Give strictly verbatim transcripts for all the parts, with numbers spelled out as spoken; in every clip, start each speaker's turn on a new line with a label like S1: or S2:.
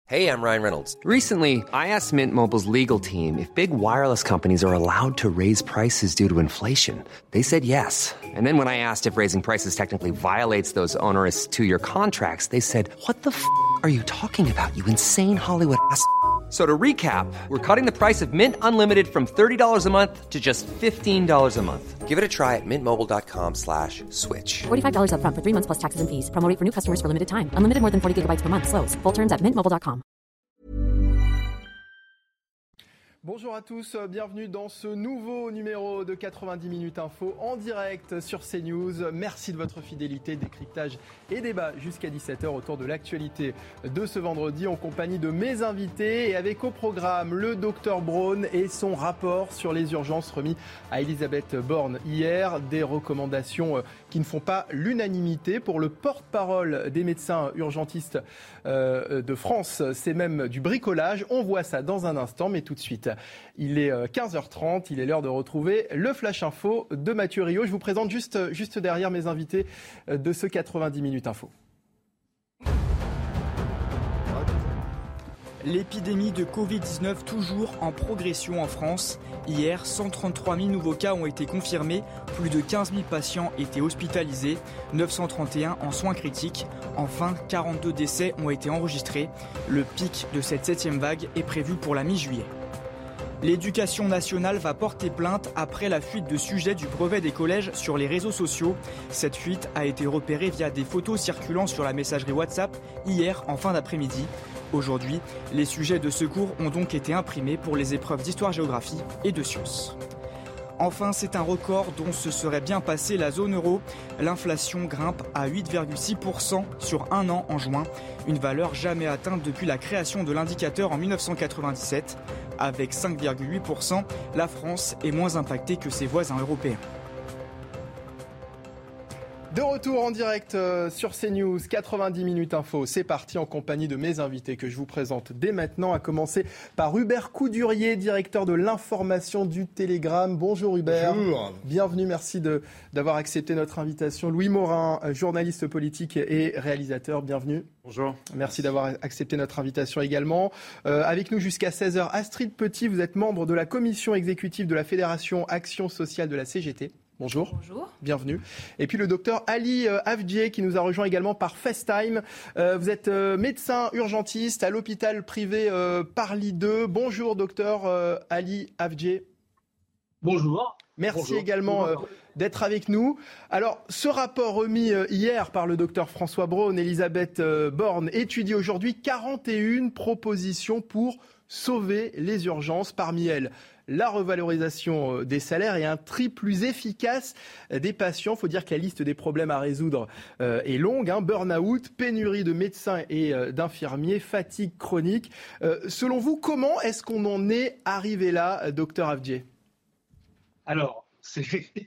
S1: Hey, I'm Ryan Reynolds.
S2: Recently, I asked Mint Mobile's legal team if big wireless companies are allowed to raise prices due to inflation. They said yes. And then when I asked if raising prices technically violates those onerous two-year contracts, they said, what the f*** are you talking about, you insane Hollywood ass f- So to recap, we're cutting the price of Mint Unlimited from thirty dollars a month to just fifteen dollars a month.
S1: Give it a try at mintmobile.com slash switch.
S3: forty-five dollars up front for three months plus taxes and fees. Promo rate for new customers for limited time. Unlimited more than forty gigabytes per month. Slows full terms at mint mobile dot com.
S4: Bonjour à tous, bienvenue dans ce nouveau numéro de quatre-vingt-dix minutes info en direct sur CNews. Merci de votre fidélité, décryptage et débat jusqu'à dix-sept heures autour de l'actualité de ce vendredi en compagnie de mes invités et avec au programme le docteur Braun et son rapport sur les urgences remis à Elisabeth Borne hier. Des recommandations qui ne font pas l'unanimité pour le porte-parole des médecins urgentistes de France. C'est même du bricolage. On voit ça dans un instant, mais tout de suite. Il est quinze heures trente, il est l'heure de retrouver le Flash Info de Mathieu Rio. Je vous présente juste, juste derrière mes invités de ce quatre-vingt-dix minutes info.
S5: L'épidémie de covid dix-neuf toujours en progression en France. Hier, cent trente-trois mille nouveaux cas ont été confirmés, plus de quinze mille patients étaient hospitalisés, neuf cent trente et un en soins critiques. Enfin, quarante-deux décès ont été enregistrés. Le pic de cette septième vague est prévu pour la mi-juillet. L'éducation nationale va porter plainte après la fuite de sujets du brevet des collèges sur les réseaux sociaux. Cette fuite a été repérée via des photos circulant sur la messagerie WhatsApp hier en fin d'après-midi. Aujourd'hui, les sujets de secours ont donc été imprimés pour les épreuves d'histoire-géographie et de sciences. Enfin, c'est un record dont se serait bien passé la zone euro. L'inflation grimpe à huit virgule six pour cent sur un an en juin, une valeur jamais atteinte depuis la création de l'indicateur en dix-neuf cent quatre-vingt-dix-sept. Avec cinq virgule huit pour cent, la France est moins impactée que ses voisins européens.
S4: De retour en direct euh, sur CNews, quatre-vingt-dix minutes info, c'est parti en compagnie de mes invités que je vous présente dès maintenant, à commencer par Hubert Coudurier, directeur de l'information du Télégramme. Bonjour Hubert.
S6: Bonjour.
S4: Bienvenue, merci de, d'avoir accepté notre invitation. Louis Morin, journaliste politique et réalisateur, bienvenue.
S6: Bonjour.
S4: Merci d'avoir accepté notre invitation également. Euh, avec nous jusqu'à seize heures, Astrid Petit, vous êtes membre de la commission exécutive de la Fédération Action Sociale de la C G T. Bonjour.
S7: Bonjour.
S4: Bienvenue. Et puis le docteur Ali euh, Avdje qui nous a rejoint également par FaceTime. Euh, vous êtes euh, médecin urgentiste à l'hôpital privé euh, Paris deux. Bonjour docteur euh, Ali Avdje.
S6: Bonjour.
S4: Merci
S6: Bonjour.
S4: également euh, d'être avec nous. Alors, ce rapport remis euh, hier par le docteur François Braun, Elisabeth euh, Borne, étudie aujourd'hui quarante et une propositions pour sauver les urgences. Parmi elles, la revalorisation des salaires et un tri plus efficace des patients. Il faut dire que la liste des problèmes à résoudre euh, est longue. Hein. Burn-out, pénurie de médecins et euh, d'infirmiers, fatigue chronique. Euh, selon vous, comment est-ce qu'on en est arrivé là, docteur Avdje ?
S6: Alors, c'est,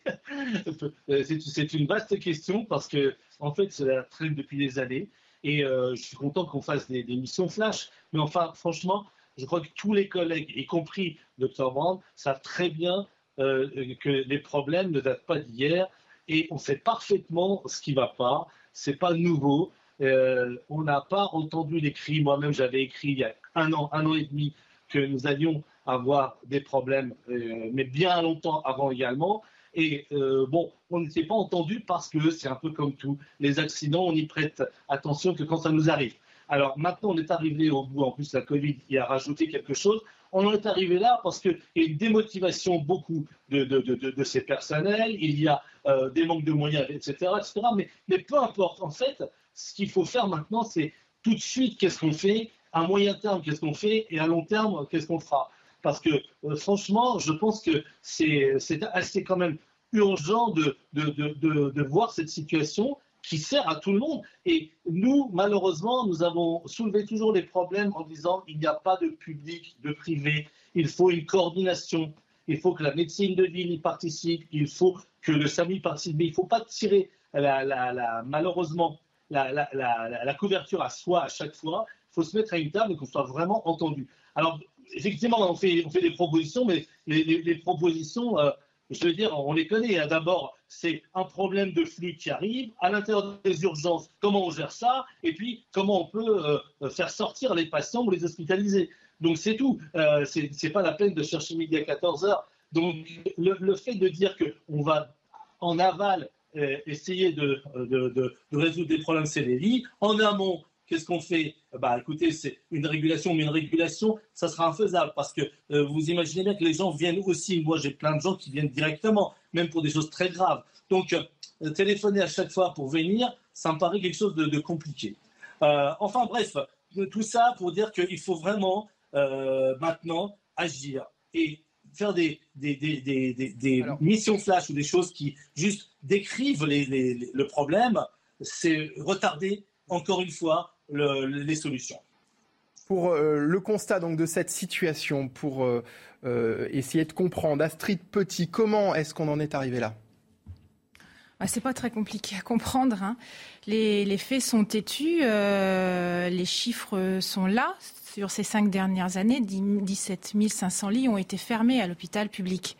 S6: c'est, c'est une vaste question parce que, en fait, cela traîne depuis des années et euh, je suis content qu'on fasse des, des missions flash. Mais enfin, franchement, je crois que tous les collègues, y compris docteur Braun, savent très bien euh, que les problèmes ne datent pas d'hier et on sait parfaitement ce qui ne va pas. Ce n'est pas nouveau. Euh, on n'a pas entendu les cris. Moi-même, j'avais écrit il y a un an, un an et demi que nous allions avoir des problèmes, euh, mais bien longtemps avant également. Et euh, bon, on ne s'est pas entendu parce que c'est un peu comme tout. Les accidents, on y prête attention que quand ça nous arrive. Alors maintenant, on est arrivé au bout, en plus la Covid qui a rajouté quelque chose. On en est arrivé là parce qu'il y a une démotivation beaucoup de, de, de, de, de ces personnels, il y a euh, des manques de moyens, et cetera, et cetera. Mais, mais peu importe, en fait, ce qu'il faut faire maintenant, c'est tout de suite qu'est-ce qu'on fait, à moyen terme qu'est-ce qu'on fait et à long terme qu'est-ce qu'on fera. Parce que euh, franchement, je pense que c'est, c'est assez quand même urgent de, de, de, de, de voir cette situation qui sert à tout le monde. Et nous, malheureusement, nous avons soulevé toujours les problèmes en disant il n'y a pas de public, de privé, il faut une coordination, il faut que la médecine de ville y participe, il faut que le SAMU y participe, mais il ne faut pas tirer la, la, la, malheureusement la, la, la, la couverture à soi à chaque fois, il faut se mettre à une table et qu'on soit vraiment entendu. Alors, effectivement, on fait, on fait des propositions, mais les, les, les propositions, euh, je veux dire, on les connaît. D'abord, c'est un problème de flux qui arrive. À l'intérieur des urgences, comment on gère ça? Et puis, comment on peut euh, faire sortir les patients ou les hospitaliser? Donc, c'est tout. Euh, c'est, c'est pas la peine de chercher midi à quatorze heures. Donc, le, le fait de dire qu'on va en aval euh, essayer de, de, de, de résoudre des problèmes, c'est les lits. En amont, qu'est-ce qu'on fait? Bah, écoutez, c'est une régulation, mais une régulation, ça sera infaisable parce que euh, vous imaginez bien que les gens viennent aussi. Moi, j'ai plein de gens qui viennent directement, même pour des choses très graves. Donc, euh, téléphoner à chaque fois pour venir, ça me paraît quelque chose de, de compliqué. Euh, enfin, bref, tout ça pour dire qu'il faut vraiment euh, maintenant agir et faire des, des, des, des, des, des
S4: Alors,
S6: missions flash ou des choses qui juste décrivent les, les, les, le problème, c'est retarder encore une fois le, les solutions.
S4: Pour euh, le constat donc de cette situation, pour euh, euh, essayer de comprendre, Astrid Petit, comment est-ce qu'on en est arrivé là?
S7: Ah, c'est pas très compliqué à comprendre. Hein. Les, les faits sont têtus, euh, les chiffres sont là. Sur ces cinq dernières années, dix-sept mille cinq cents lits ont été fermés à l'hôpital public.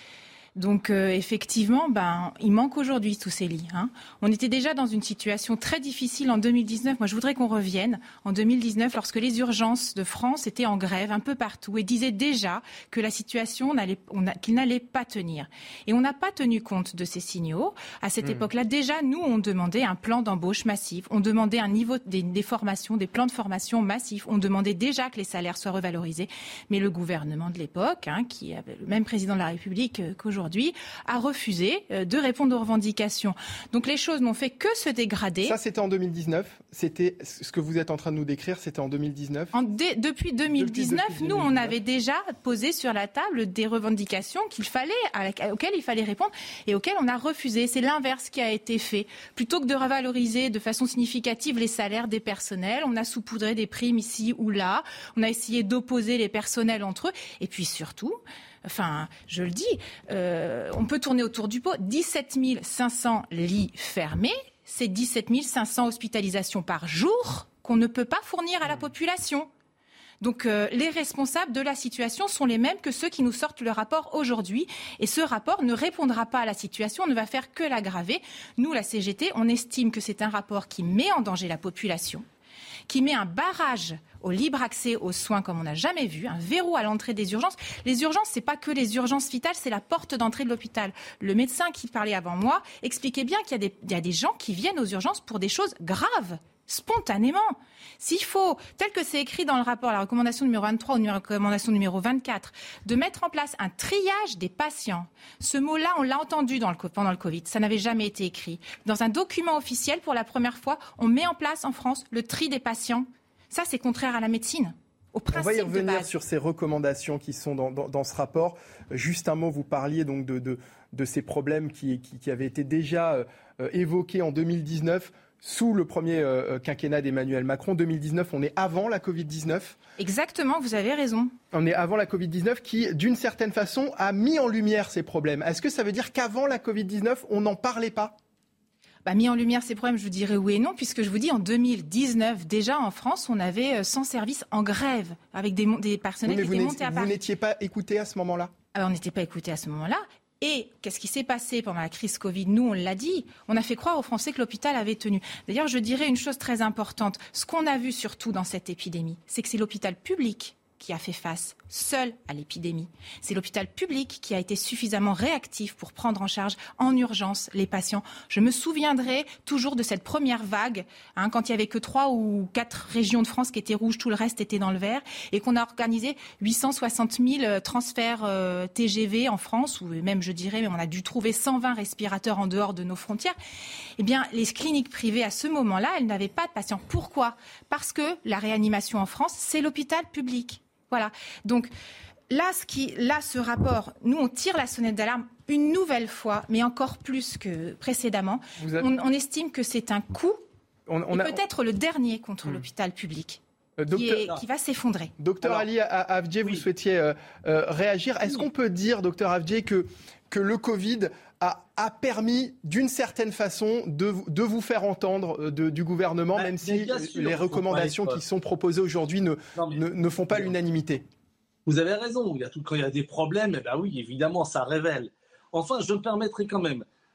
S7: Donc euh, effectivement, ben, il manque aujourd'hui tous ces lits. Hein. On était déjà dans une situation très difficile en deux mille dix-neuf. Moi, je voudrais qu'on revienne en deux mille dix-neuf, lorsque les urgences de France étaient en grève un peu partout et disaient déjà que la situation n'allait, on a, qu'il n'allait pas tenir. Et on n'a pas tenu compte de ces signaux. À cette mmh. époque-là, déjà, nous, on demandait un plan d'embauche massif. On demandait un niveau des, des formations, des plans de formation massifs. On demandait déjà que les salaires soient revalorisés. Mais le gouvernement de l'époque, hein, qui avait le même président de la République qu'aujourd'hui, a refusé de répondre aux revendications. Donc les choses n'ont fait que se dégrader.
S4: Ça, c'était en deux mille dix-neuf. C'était ce que vous êtes en train de nous décrire, c'était en deux mille dix-neuf.
S7: En dé, depuis deux mille dix-neuf, depuis, depuis nous, deux mille dix-neuf. On avait déjà posé sur la table des revendications qu'il fallait, à la, auxquelles il fallait répondre et auxquelles on a refusé. C'est l'inverse qui a été fait. Plutôt que de revaloriser de façon significative les salaires des personnels, on a saupoudré des primes ici ou là. On a essayé d'opposer les personnels entre eux. Et puis surtout, enfin, je le dis, euh, on peut tourner autour du pot. dix-sept mille cinq cents lits fermés, c'est dix-sept mille cinq cents hospitalisations par jour qu'on ne peut pas fournir à la population. Donc euh, les responsables de la situation sont les mêmes que ceux qui nous sortent le rapport aujourd'hui. Et ce rapport ne répondra pas à la situation, on ne va faire que l'aggraver. Nous, la C G T, on estime que c'est un rapport qui met en danger la population, qui met un barrage au libre accès aux soins comme on n'a jamais vu, un verrou à l'entrée des urgences. Les urgences, c'est pas que les urgences vitales, c'est la porte d'entrée de l'hôpital. Le médecin qui parlait avant moi expliquait bien qu'il y a des, il y a des gens qui viennent aux urgences pour des choses graves, spontanément. S'il faut, tel que c'est écrit dans le rapport, la recommandation numéro vingt-trois ou la recommandation numéro vingt-quatre, de mettre en place un triage des patients. Ce mot-là, on l'a entendu dans le, pendant le Covid, ça n'avait jamais été écrit. Dans un document officiel, pour la première fois, on met en place en France le tri des patients. Ça, c'est contraire à la médecine. Au principe
S4: on va y revenir
S7: de base.
S4: Sur ces recommandations qui sont dans, dans, dans ce rapport. Juste un mot, vous parliez donc de, de, de ces problèmes qui, qui, qui avaient été déjà euh, évoqués en deux mille dix-neuf. Sous le premier euh, quinquennat d'Emmanuel Macron, deux mille dix-neuf, on est avant la covid dix-neuf.
S7: Exactement, vous avez raison.
S4: On est avant la covid dix-neuf qui, d'une certaine façon, a mis en lumière ces problèmes. Est-ce que ça veut dire qu'avant la covid dix-neuf, on n'en parlait pas ?
S7: Bah, mis en lumière ces problèmes, je vous dirais oui et non, puisque je vous dis, en deux mille dix-neuf, déjà en France, on avait cent services en grève, avec des, des personnels
S4: oui,
S7: qui étaient montés à Paris.
S4: Vous n'étiez pas écoutés à ce moment-là ?
S7: Alors, on n'était pas écoutés à ce moment-là. Et qu'est-ce qui s'est passé pendant la crise Covid? Nous, on l'a dit, on a fait croire aux Français que l'hôpital avait tenu. D'ailleurs, je dirais une chose très importante. Ce qu'on a vu surtout dans cette épidémie, c'est que c'est l'hôpital public qui a fait face seul à l'épidémie. C'est l'hôpital public qui a été suffisamment réactif pour prendre en charge en urgence les patients. Je me souviendrai toujours de cette première vague, hein, quand il n'y avait que trois ou quatre régions de France qui étaient rouges, tout le reste était dans le vert, et qu'on a organisé huit cent soixante mille transferts euh, T G V en France, ou même je dirais, on a dû trouver cent vingt respirateurs en dehors de nos frontières. Eh bien, les cliniques privées, à ce moment-là, elles n'avaient pas de patients. Pourquoi ? Parce que la réanimation en France, c'est l'hôpital public. Voilà. Donc là, ce, qui, là, ce rapport, nous, on tire la sonnette d'alarme une nouvelle fois, mais encore plus que précédemment. Avez... On, on estime que c'est un coup, on, on a... et peut-être le dernier contre mmh. l'hôpital public. Euh, docteur... qui, est, qui va s'effondrer.
S4: Docteur Alors, Ali Avdje, vous oui. souhaitiez euh, euh, réagir. Est-ce oui. qu'on peut dire, docteur Avdje, que, que le Covid a, a permis, d'une certaine façon, de, de vous faire entendre de, du gouvernement, bah, même si sûr, les recommandations qui sont proposées aujourd'hui ne, non, mais, ne, ne font pas l'unanimité?
S6: Vous avez raison. Il y a tout, quand il y a des problèmes, eh ben oui, évidemment, ça révèle. Enfin, je me permettrai quand même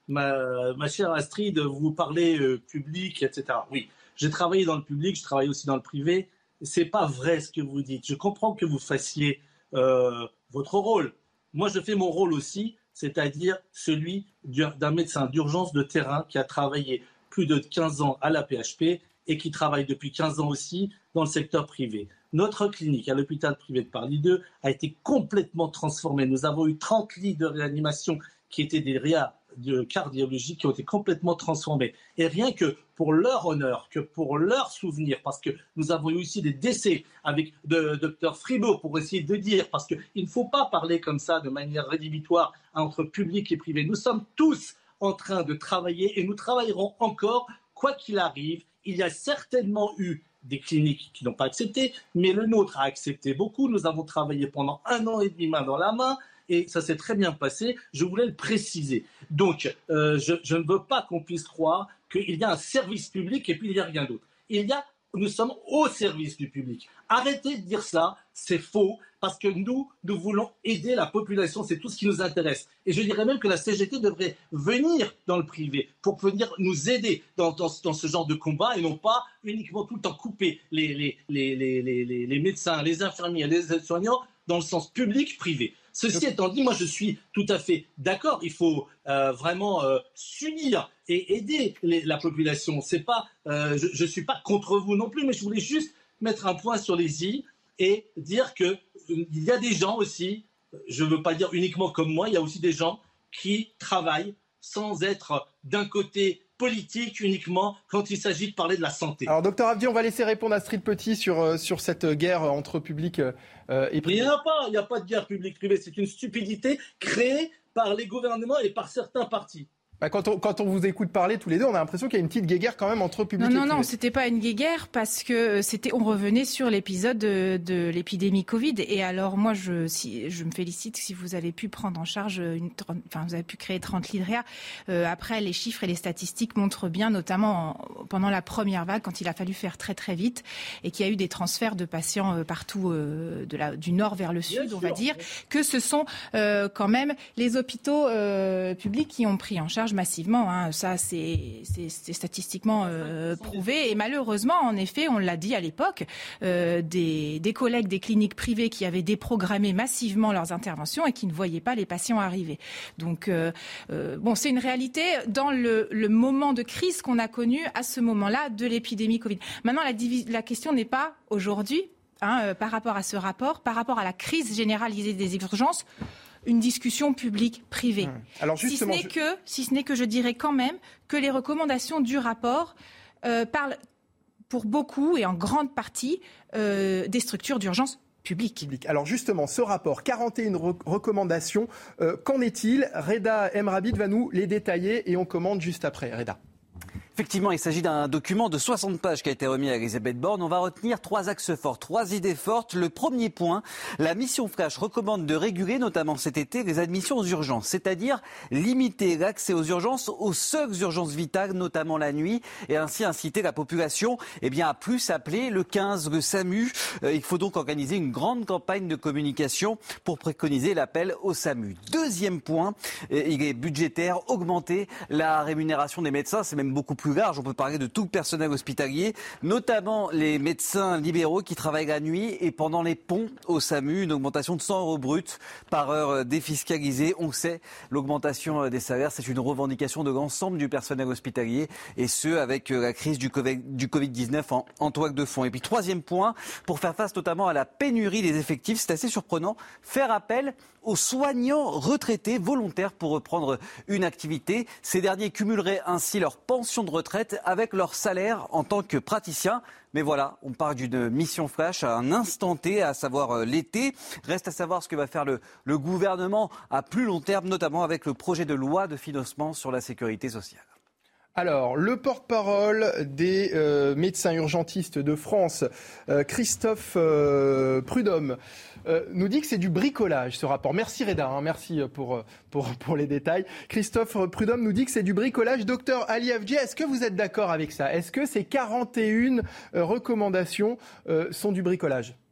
S6: ma, ma chère Astrid, vous parlez euh, public, et cetera. Oui, j'ai travaillé dans le public, je travaille aussi dans le privé. C'est pas vrai ce que vous dites. Je comprends que vous fassiez euh, votre rôle. Moi, je fais mon rôle aussi, c'est-à-dire celui d'un médecin d'urgence de terrain qui a travaillé plus de quinze ans à la P H P et qui travaille depuis quinze ans aussi dans le secteur privé. Notre clinique à l'hôpital privé de Paris deux a été complètement transformée. Nous avons eu trente lits de réanimation qui étaient des réa de cardiologie qui ont été complètement transformés. Et rien que pour leur honneur, que pour leur souvenir, parce que nous avons eu aussi des décès avec le docteur Fribourg pour essayer de dire, parce qu'il ne faut pas parler comme ça de manière rédhibitoire entre public et privé. Nous sommes tous en train de travailler et nous travaillerons encore, quoi qu'il arrive. Il y a certainement eu des cliniques qui n'ont pas accepté, mais le nôtre a accepté beaucoup. Nous avons travaillé pendant un an et demi main dans la main. Et ça s'est très bien passé, je voulais le préciser. Donc, euh, je, je ne veux pas qu'on puisse croire qu'il y a un service public et puis il n'y a rien d'autre. Il y a, nous sommes au service du public. Arrêtez de dire ça, c'est faux, parce que nous, nous voulons aider la population, c'est tout ce qui nous intéresse. Et je dirais même que la C G T devrait venir dans le privé pour venir nous aider dans, dans, dans ce genre de combat et non pas uniquement tout le temps couper les, les, les, les, les, les, les médecins, les infirmiers, les aides-soignants dans le sens public-privé. Ceci étant dit, moi je suis tout à fait d'accord, il faut euh, vraiment euh, s'unir et aider les, la population. C'est pas, euh, je ne suis pas contre vous non plus, mais je voulais juste mettre un point sur les i et dire qu'il euh, y a des gens aussi, je ne veux pas dire uniquement comme moi, il y a aussi des gens qui travaillent sans être d'un côté politique uniquement quand il s'agit de parler de la santé.
S4: Alors, docteur Avdi, on va laisser répondre Astrid Petit sur, sur cette guerre entre public euh, et privé.
S6: Il n'y en a pas, il n'y a pas de guerre publique-privée. C'est une stupidité créée par les gouvernements et par certains partis.
S4: Bah quand, on, quand on vous écoute parler tous les deux, on a l'impression qu'il y a une petite guéguerre quand même entre public
S7: non,
S4: et
S7: non,
S4: privé.
S7: Non, non, c'était pas une guéguerre parce que c'était, on revenait sur l'épisode de, de l'épidémie Covid. Et alors moi, je, si, je me félicite si vous avez pu prendre en charge, une, enfin vous avez pu créer trente lits de réa. Euh, après, les chiffres et les statistiques montrent bien, notamment en, pendant la première vague, quand il a fallu faire très très vite et qu'il y a eu des transferts de patients euh, partout euh, de la, du nord vers le sud, bien on sûr, va dire, que ce sont euh, quand même les hôpitaux euh, publics qui ont pris en charge massivement, hein, ça c'est, c'est, c'est statistiquement euh, prouvé et malheureusement en effet on l'a dit à l'époque euh, des, des collègues des cliniques privées qui avaient déprogrammé massivement leurs interventions et qui ne voyaient pas les patients arriver. Donc euh, euh, bon, c'est une réalité dans le, le moment de crise qu'on a connu à ce moment-là de l'épidémie Covid. Maintenant la, divis- la question n'est pas aujourd'hui hein, euh, par rapport à ce rapport, par rapport à la crise généralisée des urgences, une discussion publique-privée. Mmh. Alors justement, si ce n'est je... que, si ce n'est que je dirais quand même que les recommandations du rapport euh, parlent pour beaucoup et en grande partie euh, des structures d'urgence publiques.
S4: Alors justement, ce rapport, quarante et une re- recommandations, euh, qu'en est-il ? Reda Emrabid va nous les détailler et on commande juste après. Reda.
S8: Effectivement, il s'agit d'un document de soixante pages qui a été remis à Elisabeth Borne. On va retenir trois axes forts, trois idées fortes. Le premier point, la mission Flash recommande de réguler, notamment cet été, les admissions aux urgences, c'est-à-dire limiter l'accès aux urgences aux seules urgences vitales, notamment la nuit, et ainsi inciter la population eh bien, à plus appeler le quinze, le SAMU. Euh, il faut donc organiser une grande campagne de communication pour préconiser l'appel au SAMU. Deuxième point, euh, il est budgétaire, augmenter la rémunération des médecins, c'est même beaucoup plus large, on peut parler de tout le personnel hospitalier, notamment les médecins libéraux qui travaillent la nuit et pendant les ponts au SAMU, une augmentation de cent euros brut par heure défiscalisée. On sait, l'augmentation des salaires, c'est une revendication de l'ensemble du personnel hospitalier et ce, avec la crise du covid dix-neuf en, en toile de fond. Et puis troisième point, pour faire face notamment à la pénurie des effectifs, c'est assez surprenant, faire appel aux soignants retraités volontaires pour reprendre une activité. Ces derniers cumuleraient ainsi leur pension de retraite avec leur salaire en tant que praticien. Mais voilà, on part d'une mission flash à un instant T, à savoir l'été. Reste à savoir ce que va faire le, le gouvernement à plus long terme, notamment avec le projet de loi de financement sur la sécurité sociale.
S4: Alors, le porte-parole des euh, médecins urgentistes de France, euh, Christophe euh, Prudhomme, euh, nous dit que c'est du bricolage, ce rapport. Merci Reda, hein, merci pour, pour, pour les détails. Christophe Prudhomme nous dit que c'est du bricolage. Docteur Ali Avdi, est-ce que vous êtes d'accord avec ça ? Est-ce que ces quarante et une euh, recommandations euh, sont du bricolage ?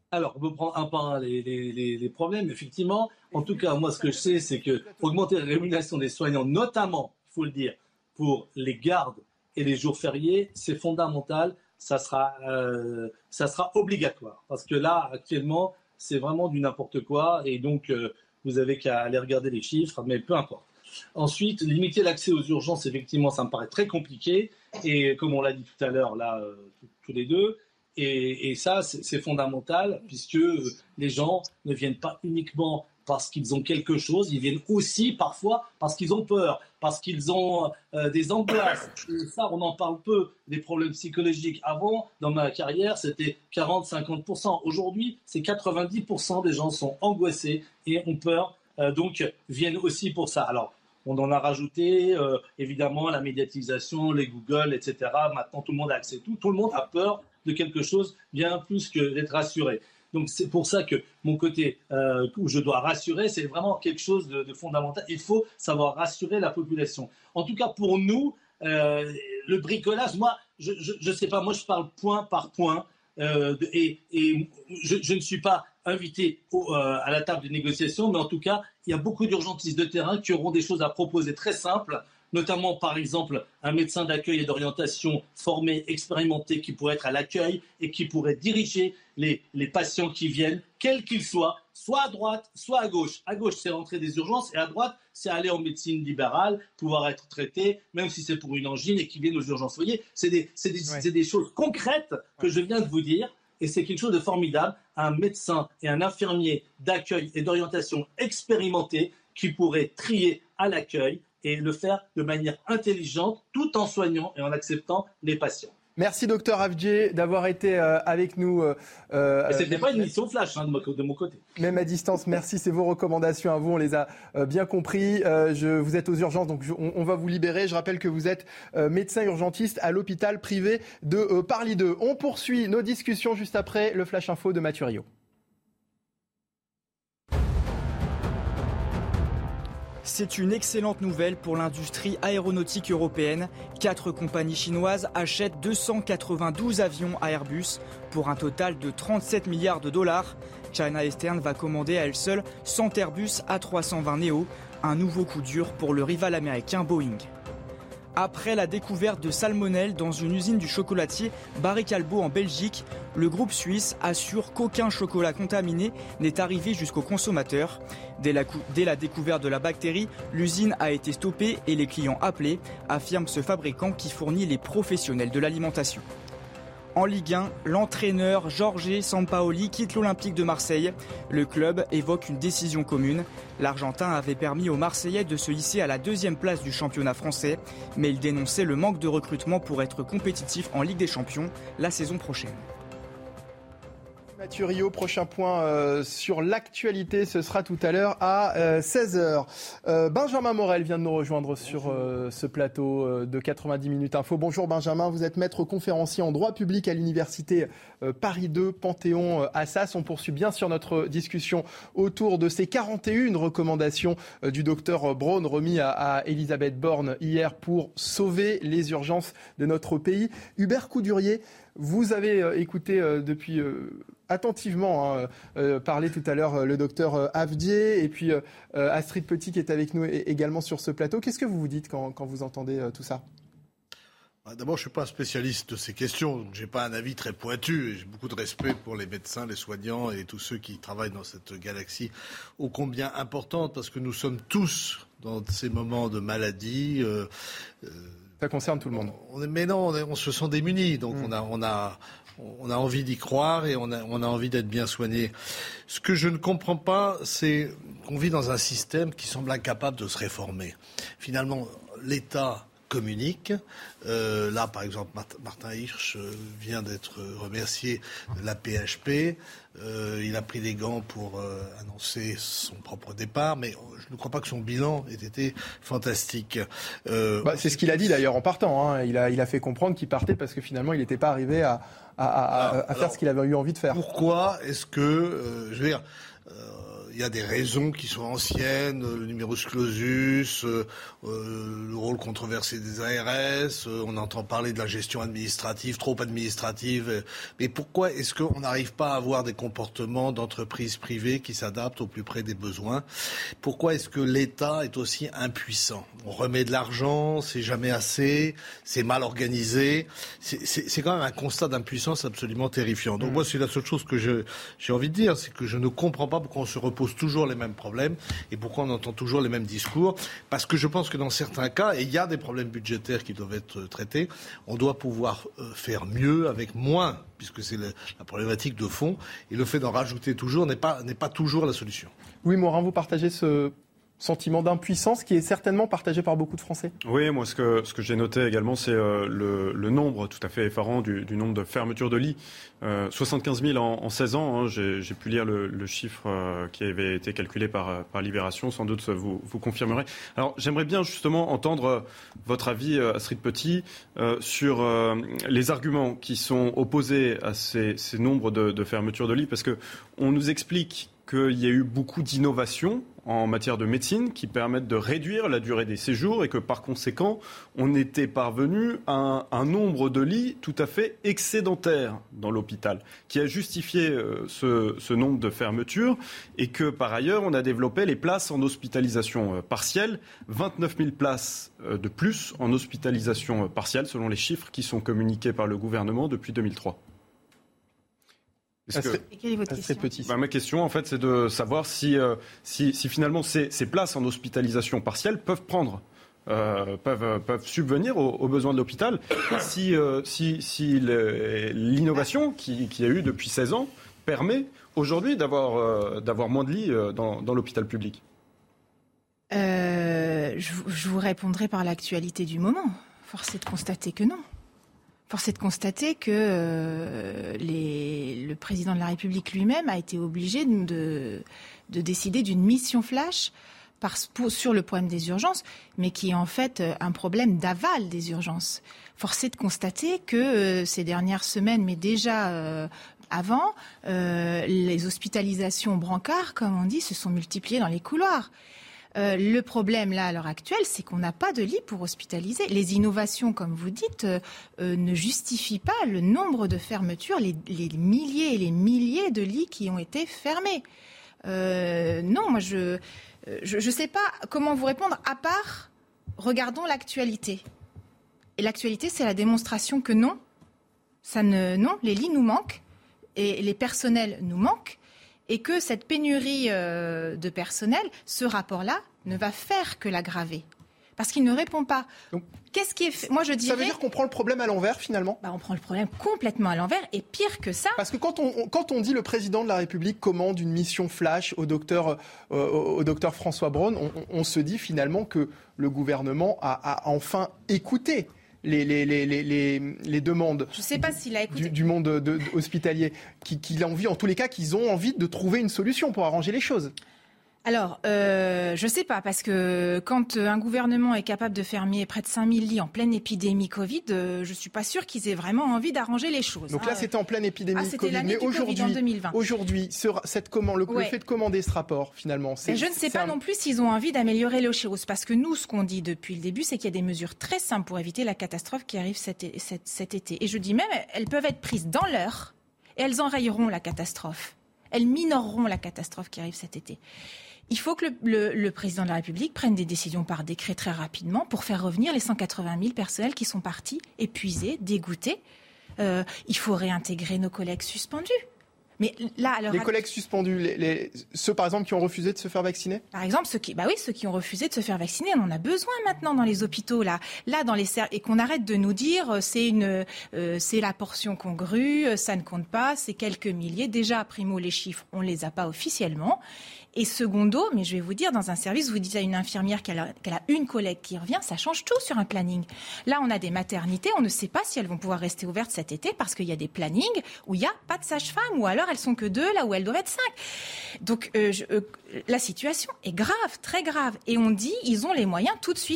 S6: Alors, on peut prendre un par un les, les, les, les problèmes. Effectivement, en tout cas, moi, ce que je sais, c'est que augmenter la rémunération des soignants, notamment, il faut le dire, pour les gardes et les jours fériés, c'est fondamental. Ça sera, euh, ça sera obligatoire. Parce que là, actuellement, c'est vraiment du n'importe quoi. Et donc, euh, vous avez qu'à aller regarder les chiffres, mais peu importe. Ensuite, limiter l'accès aux urgences, effectivement, ça me paraît très compliqué. Et comme on l'a dit tout à l'heure, là, euh, tous les deux, et, et ça, c'est, c'est fondamental, puisque les gens ne viennent pas uniquement parce qu'ils ont quelque chose, ils viennent aussi parfois parce qu'ils ont peur, parce qu'ils ont euh, des angoisses. Et ça, on en parle peu, des problèmes psychologiques. Avant, dans ma carrière, c'était quarante à cinquante pour cent. Aujourd'hui, c'est quatre-vingt-dix pour cent des gens sont angoissés et ont peur, euh, donc viennent aussi pour ça. Alors, on en a rajouté, euh, évidemment, la médiatisation, les Google, et cetera. Maintenant, tout le monde a accès à tout. Tout le monde a peur de quelque chose bien plus que d'être rassuré. Donc, c'est pour ça que mon côté euh, où je dois rassurer, c'est vraiment quelque chose de, de fondamental. Il faut savoir rassurer la population. En tout cas, pour nous, euh, le bricolage, moi, je ne sais pas, moi, je parle point par point. Euh, et et je, je ne suis pas invité au, euh, à la table de négociation, mais en tout cas, il y a beaucoup d'urgentistes de terrain qui auront des choses à proposer très simples, notamment par exemple un médecin d'accueil et d'orientation formé, expérimenté, qui pourrait être à l'accueil et qui pourrait diriger les, les patients qui viennent, quels qu'ils soient, soit à droite, soit à gauche. À gauche, c'est l'entrée des urgences, et à droite, c'est aller en médecine libérale, pouvoir être traité, même si c'est pour une angine, et qui viennent aux urgences. Vous voyez, c'est des, c'est des, ouais. c'est des choses concrètes que ouais. je viens de vous dire, et c'est quelque chose de formidable. Un médecin et un infirmier d'accueil et d'orientation expérimentés qui pourraient trier à l'accueil et le faire de manière intelligente, tout en soignant et en acceptant les patients.
S4: Merci docteur Avdje d'avoir été euh, avec nous. Euh,
S6: euh, Ce n'était pas une mission flash hein, de, de mon côté.
S4: Même à distance, merci. C'est vos recommandations à vous, on les a euh, bien compris. Euh, je, vous êtes aux urgences, donc je, on, on va vous libérer. Je rappelle que vous êtes euh, médecin urgentiste à l'hôpital privé de euh, Paris deux. On poursuit nos discussions juste après le Flash Info de Mathieu Rio.
S5: C'est une excellente nouvelle pour l'industrie aéronautique européenne. Quatre compagnies chinoises achètent deux cent quatre-vingt-douze avions à Airbus pour un total de trente-sept milliards de dollars. China Eastern va commander à elle seule cent Airbus A trois cent vingt Neo, un nouveau coup dur pour le rival américain Boeing. Après la découverte de salmonelle dans une usine du chocolatier Barry Callebaut en Belgique, le groupe suisse assure qu'aucun chocolat contaminé n'est arrivé jusqu'au consommateur. Dès la, cou- dès la découverte de la bactérie, l'usine a été stoppée et les clients appelés, affirme ce fabricant qui fournit les professionnels de l'alimentation. En Ligue un, l'entraîneur Jorge Sampaoli quitte l'Olympique de Marseille. Le club évoque une décision commune. L'Argentin avait permis aux Marseillais de se hisser à la deuxième place du championnat français, mais il dénonçait le manque de recrutement pour être compétitif en Ligue des Champions la saison prochaine.
S4: Mathieu Rio, prochain point euh, sur l'actualité, ce sera tout à l'heure à euh, seize heures. Euh, Benjamin Morel vient de nous rejoindre sur euh, ce plateau euh, de quatre-vingt-dix minutes info. Bonjour Benjamin, vous êtes maître conférencier en droit public à l'université euh, Paris deux, Panthéon euh, Assas. On poursuit bien sûr notre discussion autour de ces quarante et une recommandations euh, du docteur Braun remis à, à Elisabeth Borne hier pour sauver les urgences de notre pays. Hubert Coudurier, vous avez euh, écouté euh, depuis euh, attentivement hein, euh, parler tout à l'heure euh, le docteur euh, Avdje et puis euh, Astrid Petit qui est avec nous et, également sur ce plateau. Qu'est-ce que vous vous dites quand, quand vous entendez euh, tout ça ?
S9: D'abord, je ne suis pas un spécialiste de ces questions, donc je n'ai pas un avis très pointu. Et j'ai beaucoup de respect pour les médecins, les soignants et tous ceux qui travaillent dans cette galaxie ô combien importante, parce que nous sommes tous dans ces moments de maladie. Euh, euh,
S4: Ça concerne tout le monde.
S9: On, mais non, on, est, on se sent démunis, donc mmh. on a, on a, on a envie d'y croire et on a, on a envie d'être bien soigné. Ce que je ne comprends pas, c'est qu'on vit dans un système qui semble incapable de se réformer. Finalement, l'État communique. Euh, là, par exemple, Martin Hirsch vient d'être remercié de la P H P. Euh, il a pris les gants pour euh, annoncer son propre départ, mais je ne crois pas que son bilan ait été fantastique. Euh,
S4: bah, c'est ce qu'il a dit d'ailleurs en partant. Hein. Il a, il a fait comprendre qu'il partait parce que finalement, il n'était pas arrivé à, à, à, alors, à faire alors, ce qu'il avait eu envie de faire.
S9: Pourquoi est-ce que, euh, je veux dire, euh, il il y a des raisons qui sont anciennes, le numerus clausus, euh, euh, le rôle controversé des A R S, euh, on entend parler de la gestion administrative, trop administrative. Euh, mais pourquoi est-ce qu'on n'arrive pas à avoir des comportements d'entreprises privées qui s'adaptent au plus près des besoins ? Pourquoi est-ce que l'État est aussi impuissant ? On remet de l'argent, c'est jamais assez, c'est mal organisé. C'est, c'est, c'est quand même un constat d'impuissance absolument terrifiant. Donc mmh. moi, c'est la seule chose que je, j'ai envie de dire, c'est que je ne comprends pas pourquoi on se repose toujours les mêmes problèmes et pourquoi on entend toujours les mêmes discours. Parce que je pense que dans certains cas, et il y a des problèmes budgétaires qui doivent être traités, on doit pouvoir faire mieux avec moins, puisque c'est le, la problématique de fond. Et le fait d'en rajouter toujours n'est pas, n'est pas toujours la solution.
S4: Oui, Morin, vous partagez ce sentiment d'impuissance qui est certainement partagé par beaucoup de Français.
S10: Oui, moi ce que, ce que j'ai noté également, c'est euh, le, le nombre tout à fait effarant du, du nombre de fermetures de lits. Euh, soixante-quinze mille en, en seize ans, hein, j'ai, j'ai pu lire le, le chiffre euh, qui avait été calculé par, par Libération, sans doute vous, vous confirmerez. Alors j'aimerais bien justement entendre euh, votre avis, euh, Astrid Petit, euh, sur euh, les arguments qui sont opposés à ces, ces nombres de, de fermetures de lits, parce qu'on nous explique qu'il y a eu beaucoup d'innovations en matière de médecine qui permettent de réduire la durée des séjours et que par conséquent, on était parvenu à un, un nombre de lits tout à fait excédentaire dans l'hôpital, qui a justifié euh, ce, ce nombre de fermetures et que par ailleurs, on a développé les places en hospitalisation euh, partielle, vingt-neuf mille places euh, de plus en hospitalisation euh, partielle selon les chiffres qui sont communiqués par le gouvernement depuis deux mille trois.
S7: Que... Et quelle est votre question ?
S10: Petit. Bah, ma question, en fait, c'est de savoir si, euh, si, si finalement ces, ces places en hospitalisation partielle peuvent prendre, euh, peuvent, peuvent subvenir aux, aux besoins de l'hôpital, si, euh, si, si le, l'innovation qui, qui a eu depuis seize ans permet aujourd'hui d'avoir, euh, d'avoir moins de lits euh, dans, dans l'hôpital public.
S7: Euh, je, je vous répondrai par l'actualité du moment. Force est de constater que non. Force est de constater que euh, les, le président de la République lui-même a été obligé de, de décider d'une mission flash par, pour, sur le problème des urgences, mais qui est en fait un problème d'aval des urgences. Force est de constater que euh, ces dernières semaines, mais déjà euh, avant, euh, les hospitalisations brancards, comme on dit, se sont multipliées dans les couloirs. Euh, le problème, là, à l'heure actuelle, c'est qu'on n'a pas de lit pour hospitaliser. Les innovations, comme vous dites, euh, euh, ne justifient pas le nombre de fermetures, les, les milliers et les milliers de lits qui ont été fermés. Euh, non, moi, je je ne sais pas comment vous répondre, à part, regardons l'actualité. Et l'actualité, c'est la démonstration que non, ça ne, non, les lits nous manquent et les personnels nous manquent. Et que cette pénurie euh, de personnel, ce rapport-là, ne va faire que l'aggraver. Parce qu'il ne répond pas. Donc, qu'est-ce qui est fait ? Moi, je dirais...
S4: Ça veut dire qu'on prend le problème à l'envers, finalement ?
S7: Bah, on prend le problème complètement à l'envers, et pire que ça...
S4: Parce que quand on, quand on dit le président de la République commande une mission flash au docteur, euh, au docteur François Braun, on, on se dit finalement que le gouvernement a, a enfin écouté Les, les, les, les, les demandes
S7: Je sais pas s'il a écouté.
S4: Du, du monde de, de, hospitalier, qu'il qui a envie, en tous les cas, qu'ils ont envie de trouver une solution pour arranger les choses.
S7: Alors, euh, je sais pas, parce que quand un gouvernement est capable de fermer près de cinq mille lits en pleine épidémie Covid, euh, je suis pas sûre qu'ils aient vraiment envie d'arranger les choses.
S4: Donc
S7: hein.
S4: là, c'était en pleine épidémie
S7: ah,
S4: Covid, mais aujourd'hui,
S7: COVID en deux mille vingt.
S4: aujourd'hui, ce, cette commande, le,
S7: ouais.
S4: le fait de commander ce rapport, finalement, c'est.
S7: Mais je ne sais pas un... non plus s'ils ont envie d'améliorer les choses, parce que nous, ce qu'on dit depuis le début, c'est qu'il y a des mesures très simples pour éviter la catastrophe qui arrive cet, cet, cet été. Et je dis même, elles peuvent être prises dans l'heure, et elles enrayeront la catastrophe. Elles minoreront la catastrophe qui arrive cet été. Il faut que le, le, le président de la République prenne des décisions par décret très rapidement pour faire revenir les cent quatre-vingt mille personnels qui sont partis, épuisés, dégoûtés. Euh, il faut réintégrer nos collègues suspendus. Mais là, alors,
S4: les collègues suspendus, les, les, ceux par exemple qui ont refusé de se faire vacciner ?
S7: Par exemple, ceux qui, bah oui, ceux qui ont refusé de se faire vacciner, on en a besoin maintenant dans les hôpitaux là, là dans les ser- et qu'on arrête de nous dire c'est une, euh, c'est la portion congrue, ça ne compte pas, c'est quelques milliers. Déjà, primo, les chiffres, on les a pas officiellement. Et secondo, mais je vais vous dire, dans un service, vous dites à une infirmière qu'elle a, qu'elle a une collègue qui revient, ça change tout sur un planning. Là, on a des maternités, on ne sait pas si elles vont pouvoir rester ouvertes cet été parce qu'il y a des plannings où il n'y a pas de sage-femme ou alors elles sont que deux là où elles doivent être cinq. Donc, euh, je, euh, la situation est grave, très grave. Et on dit, ils ont les moyens tout de suite.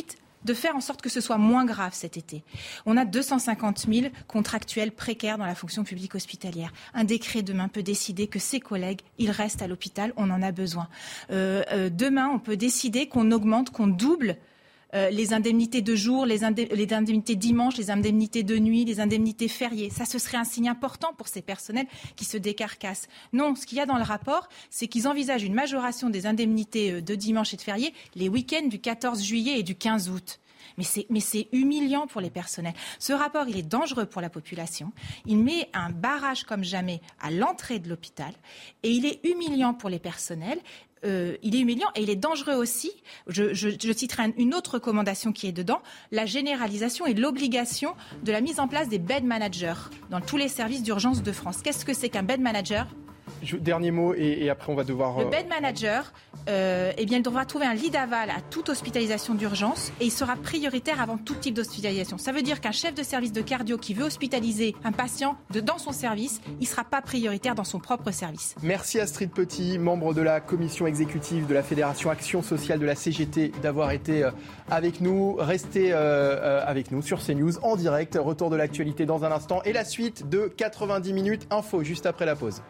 S7: de faire en sorte que ce soit moins grave cet été. On a deux cent cinquante mille contractuels précaires dans la fonction publique hospitalière. Un décret demain peut décider que ses collègues, ils restent à l'hôpital, on en a besoin. Euh, euh, demain, on peut décider qu'on augmente, qu'on double Euh, les indemnités de jour, les, indé- les indemnités dimanche, les indemnités de nuit, les indemnités fériées. Ça, ce serait un signe important pour ces personnels qui se décarcassent. Non, ce qu'il y a dans le rapport, c'est qu'ils envisagent une majoration des indemnités de dimanche et de fériés les week-ends du quatorze juillet et du quinze août. Mais c'est, mais c'est humiliant pour les personnels. Ce rapport, il est dangereux pour la population. Il met un barrage comme jamais à l'entrée de l'hôpital. Et il est humiliant pour les personnels. Euh, il est humiliant et il est dangereux aussi. Je, je, je citerai une autre recommandation qui est dedans, la généralisation et l'obligation de la mise en place des bed managers dans tous les services d'urgence de France. Qu'est-ce que c'est qu'un bed manager ?
S4: Je, dernier mot et, et après on va devoir...
S7: Le bed manager, euh, eh bien, il devra trouver un lit d'aval à toute hospitalisation d'urgence et il sera prioritaire avant tout type d'hospitalisation. Ça veut dire qu'un chef de service de cardio qui veut hospitaliser un patient de, dans son service, il ne sera pas prioritaire dans son propre service.
S4: Merci Astrid Petit, membre de la commission exécutive de la Fédération Action Sociale de la C G T, d'avoir été avec nous. Restez euh, avec nous sur CNews en direct. Retour de l'actualité dans un instant et la suite de quatre-vingt-dix minutes info juste après la pause.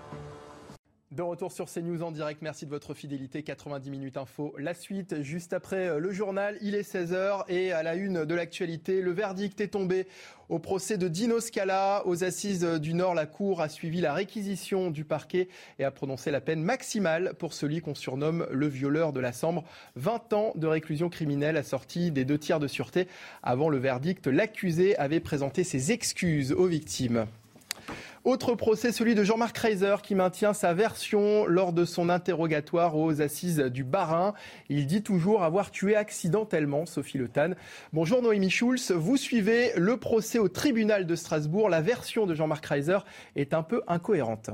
S4: De retour sur CNews en direct, merci de votre fidélité, quatre-vingt-dix minutes info. La suite, juste après le journal, il est seize heures et à la une de l'actualité, le verdict est tombé au procès de Dino Scala. Aux assises du Nord, la Cour a suivi la réquisition du parquet et a prononcé la peine maximale pour celui qu'on surnomme le violeur de la Sambre. vingt ans de réclusion criminelle assortie des deux tiers de sûreté. Avant le verdict, l'accusé avait présenté ses excuses aux victimes. Autre procès, celui de Jean-Marc Reiser qui maintient sa version lors de son interrogatoire aux assises du Bas-Rhin. Il dit toujours avoir tué accidentellement Sophie Le Tan. Bonjour Noémie Schulz, vous suivez le procès au tribunal de Strasbourg. La version de Jean-Marc Reiser est un peu incohérente.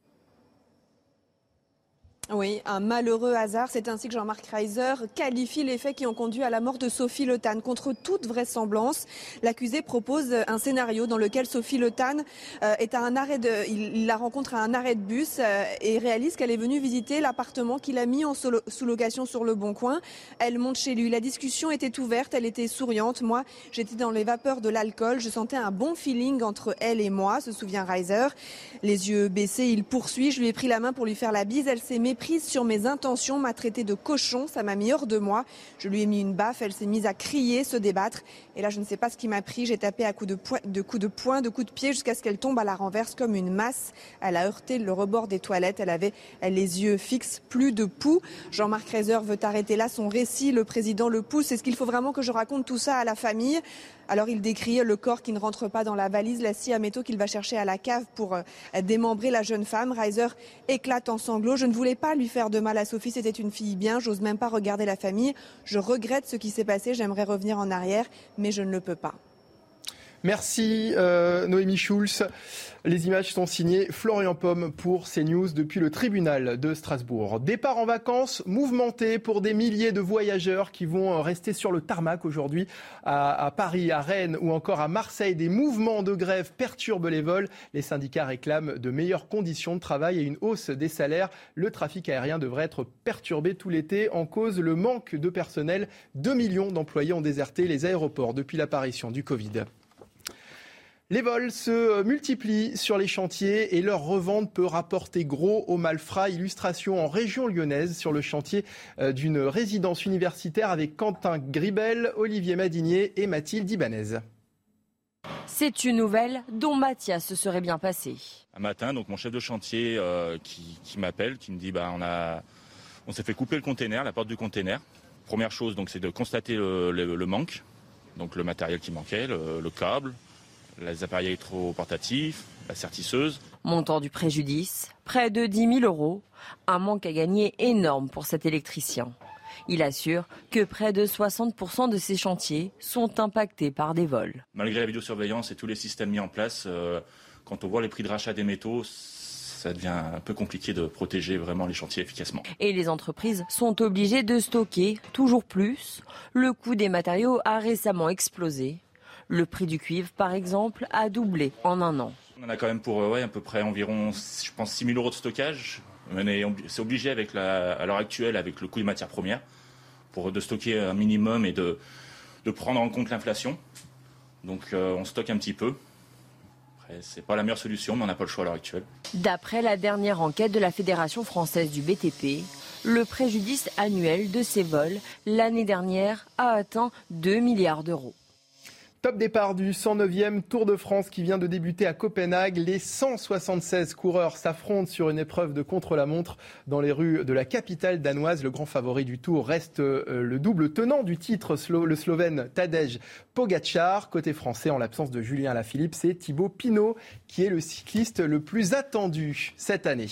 S11: Oui, un malheureux hasard. C'est ainsi que Jean-Marc Reiser qualifie les faits qui ont conduit à la mort de Sophie Le Tan. Contre toute vraisemblance, l'accusé propose un scénario dans lequel Sophie Le Tan euh, est à un arrêt de, il, il la rencontre à un arrêt de bus euh, et réalise qu'elle est venue visiter l'appartement qu'il a mis en solo, sous location sur le Bon Coin. Elle monte chez lui. La discussion était ouverte, elle était souriante. Moi, j'étais dans les vapeurs de l'alcool. Je sentais un bon feeling entre elle et moi, se souvient Reiser. Les yeux baissés, il poursuit. Je lui ai pris la main pour lui faire la bise. Elle s'est prise sur mes intentions, m'a traité de cochon, ça m'a mis hors de moi. Je lui ai mis une baffe, elle s'est mise à crier, se débattre. Et là, je ne sais pas ce qui m'a pris. J'ai tapé à coups de, poing, de coups de poing, de coups de pied, jusqu'à ce qu'elle tombe à la renverse comme une masse. Elle a heurté le rebord des toilettes. Elle avait elle, les yeux fixes, plus de pouls. Jean-Marc Reiser veut arrêter là son récit. Le président le pousse. Est-ce qu'il faut vraiment que je raconte tout ça à la famille ? Alors il décrit le corps qui ne rentre pas dans la valise, la scie à métaux qu'il va chercher à la cave pour euh, démembrer la jeune femme. Reiser éclate en sanglots. Je ne voulais pas lui faire de mal à Sophie, c'était une fille bien, j'ose même pas regarder la famille. Je regrette ce qui s'est passé, j'aimerais revenir en arrière, mais je ne le peux pas.
S4: Merci euh, Noémie Schulz. Les images sont signées Florian Paume pour CNews depuis le tribunal de Strasbourg. Départ en vacances mouvementé pour des milliers de voyageurs qui vont rester sur le tarmac aujourd'hui à, à Paris, à Rennes ou encore à Marseille. Des mouvements de grève perturbent les vols. Les syndicats réclament de meilleures conditions de travail et une hausse des salaires. Le trafic aérien devrait être perturbé tout l'été en cause le manque de personnel. deux millions d'employés ont déserté les aéroports depuis l'apparition du Covid. Les vols se multiplient sur les chantiers et leur revente peut rapporter gros aux malfrats. Illustration en région lyonnaise sur le chantier d'une résidence universitaire avec Quentin Gribel, Olivier Madinier et Mathilde Ibanez.
S12: C'est une nouvelle dont Mathias se serait bien passé.
S13: Un matin, donc mon chef de chantier euh, qui, qui m'appelle, qui me dit bah, on, a, on s'est fait couper le container, la porte du container. Première chose, donc, c'est de constater le, le, le manque, donc le matériel qui manquait, le, le câble, les appareils électroportatifs, la sertisseuse.
S12: Montant du préjudice, près de dix mille euros. Un manque à gagner énorme pour cet électricien. Il assure que près de soixante pour cent de ces chantiers sont impactés par des vols.
S13: Malgré la vidéosurveillance et tous les systèmes mis en place, euh, quand on voit les prix de rachat des métaux, ça devient un peu compliqué de protéger vraiment les chantiers efficacement.
S12: Et les entreprises sont obligées de stocker toujours plus. Le coût des matériaux a récemment explosé. Le prix du cuivre, par exemple, a doublé en un an.
S13: On en a quand même pour ouais, à peu près environ, je pense, six mille euros de stockage. C'est obligé avec la, à l'heure actuelle avec le coût des matières premières pour de stocker un minimum et de, de prendre en compte l'inflation. Donc euh, on stocke un petit peu. Après, c'est pas la meilleure solution, mais on n'a pas le choix à l'heure actuelle.
S12: D'après la dernière enquête de la Fédération française du B T P, le préjudice annuel de ces vols l'année dernière a atteint deux milliards d'euros.
S4: Top départ du cent neuvième Tour de France qui vient de débuter à Copenhague. Les cent soixante-seize coureurs s'affrontent sur une épreuve de contre-la-montre dans les rues de la capitale danoise. Le grand favori du Tour reste le double tenant du titre, le Slovène Tadej Pogačar. Côté français, en l'absence de Julien Alaphilippe, c'est Thibaut Pinot qui est le cycliste le plus attendu cette année.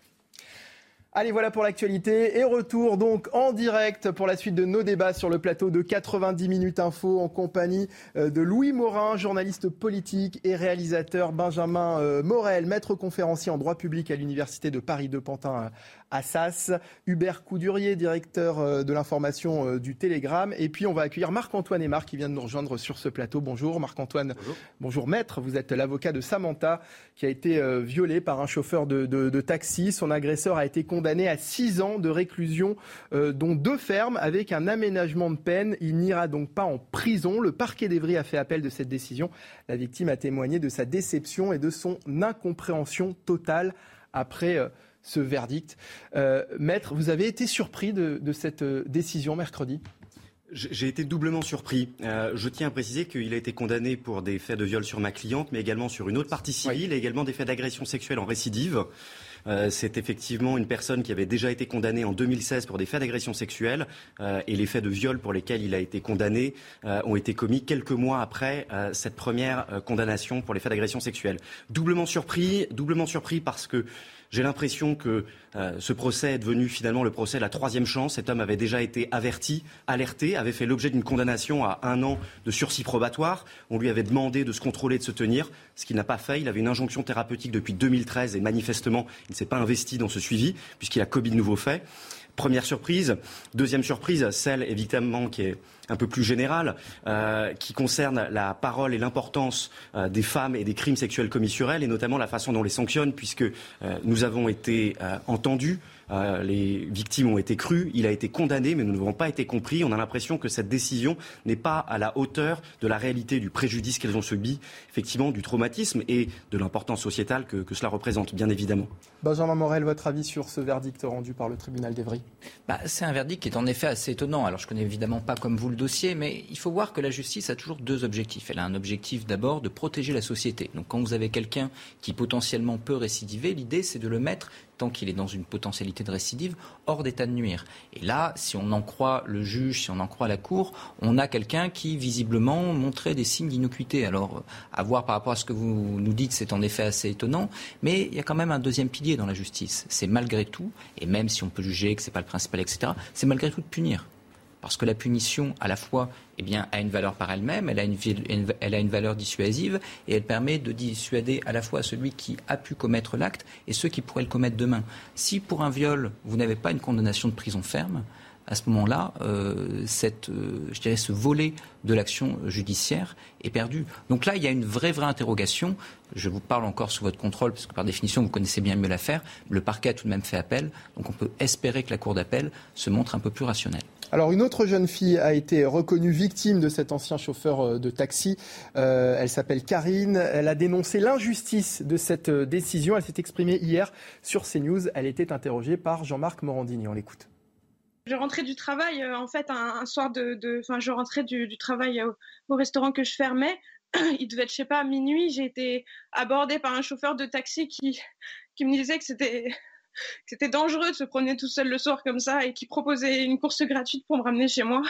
S4: Allez, voilà pour l'actualité et retour donc en direct pour la suite de nos débats sur le plateau de quatre-vingt-dix minutes info en compagnie de Louis Morin, journaliste politique et réalisateur, Benjamin Morel, maître conférencier en droit public à l'université de Paris deux Pantin à Sas, Hubert Coudurier, directeur de l'information du Télégramme, et puis on va accueillir Marc-Antoine Aymar qui vient de nous rejoindre sur ce plateau. Bonjour Marc-Antoine. Bonjour. Bonjour maître, vous êtes l'avocat de Samantha qui a été violée par un chauffeur de, de, de taxi. Son agresseur a été condamné à six ans de réclusion, euh, dont deux fermes avec un aménagement de peine. Il n'ira donc pas en prison. Le parquet d'Évry a fait appel de cette décision. La victime a témoigné de sa déception et de son incompréhension totale après euh, ce verdict. Euh, maître, vous avez été surpris de, de cette euh, décision mercredi ?
S14: J'ai été doublement surpris. Euh, je tiens à préciser qu'il a été condamné pour des faits de viol sur ma cliente, mais également sur une autre partie civile, oui. Et également des faits d'agression sexuelle en récidive. Euh, c'est effectivement une personne qui avait déjà été condamnée en deux mille seize pour des faits d'agression sexuelle euh, et les faits de viol pour lesquels il a été condamné euh, ont été commis quelques mois après euh, cette première euh, condamnation pour les faits d'agression sexuelle. Doublement surpris, doublement surpris parce que j'ai l'impression que euh, ce procès est devenu finalement le procès de la troisième chance. Cet homme avait déjà été averti, alerté, avait fait l'objet d'une condamnation à un an de sursis probatoire. On lui avait demandé de se contrôler, de se tenir, ce qu'il n'a pas fait. Il avait une injonction thérapeutique depuis deux mille treize et manifestement, il ne s'est pas investi dans ce suivi puisqu'il a commis de nouveaux faits. Première surprise. Deuxième surprise, celle évidemment qui est un peu plus générale, euh, qui concerne la parole et l'importance euh, des femmes et des crimes sexuels commis sur elles, et notamment la façon dont on les sanctionne, puisque euh, nous avons été euh, entendus, euh, les victimes ont été crues, il a été condamné, mais nous n'avons pas été compris. On a l'impression que cette décision n'est pas à la hauteur de la réalité du préjudice qu'elles ont subi, effectivement, du traumatisme et de l'importance sociétale que, que cela représente, bien évidemment.
S4: Benjamin Morel, votre avis sur ce verdict rendu par le tribunal d'Évry ?
S15: Bah, c'est un verdict qui est en effet assez étonnant. Alors je connais évidemment pas comme vous le dossier, mais il faut voir que la justice a toujours deux objectifs. Elle a un objectif d'abord de protéger la société. Donc quand vous avez quelqu'un qui potentiellement peut récidiver, l'idée c'est de le mettre, tant qu'il est dans une potentialité de récidive, hors d'état de nuire. Et là, si on en croit le juge, si on en croit la cour, on a quelqu'un qui visiblement montrait des signes d'innocuité. Alors à voir par rapport à ce que vous nous dites, c'est en effet assez étonnant, mais il y a quand même un deuxième pilier dans la justice. C'est malgré tout, et même si on peut juger que c'est pas le principal, et cetera, c'est malgré tout de punir. Parce que la punition, à la fois, eh bien, a une valeur par elle-même, elle a une, elle a une valeur dissuasive, et elle permet de dissuader à la fois celui qui a pu commettre l'acte et ceux qui pourraient le commettre demain. Si pour un viol, vous n'avez pas une condamnation de prison ferme, à ce moment-là, euh, cette, euh, je dirais, ce volet de l'action judiciaire est perdu. Donc là, il y a une vraie, vraie interrogation. Je vous parle encore sous votre contrôle, parce que par définition, vous connaissez bien mieux l'affaire. Le parquet a tout de même fait appel, donc on peut espérer que la cour d'appel se montre un peu plus rationnelle.
S4: Alors, une autre jeune fille a été reconnue victime de cet ancien chauffeur de taxi. Euh, elle s'appelle Karine. Elle a dénoncé l'injustice de cette décision. Elle s'est exprimée hier sur CNews. Elle était interrogée par Jean-Marc Morandini. On l'écoute.
S16: Je rentrais du travail, euh, en fait, un, un soir de, de, enfin, je rentrais du, du travail au, au restaurant que je fermais. Il devait être, je sais pas, à minuit. J'ai été abordée par un chauffeur de taxi qui, qui me disait que c'était, que c'était dangereux de se promener tout seul le soir comme ça et qui proposait une course gratuite pour me ramener chez moi.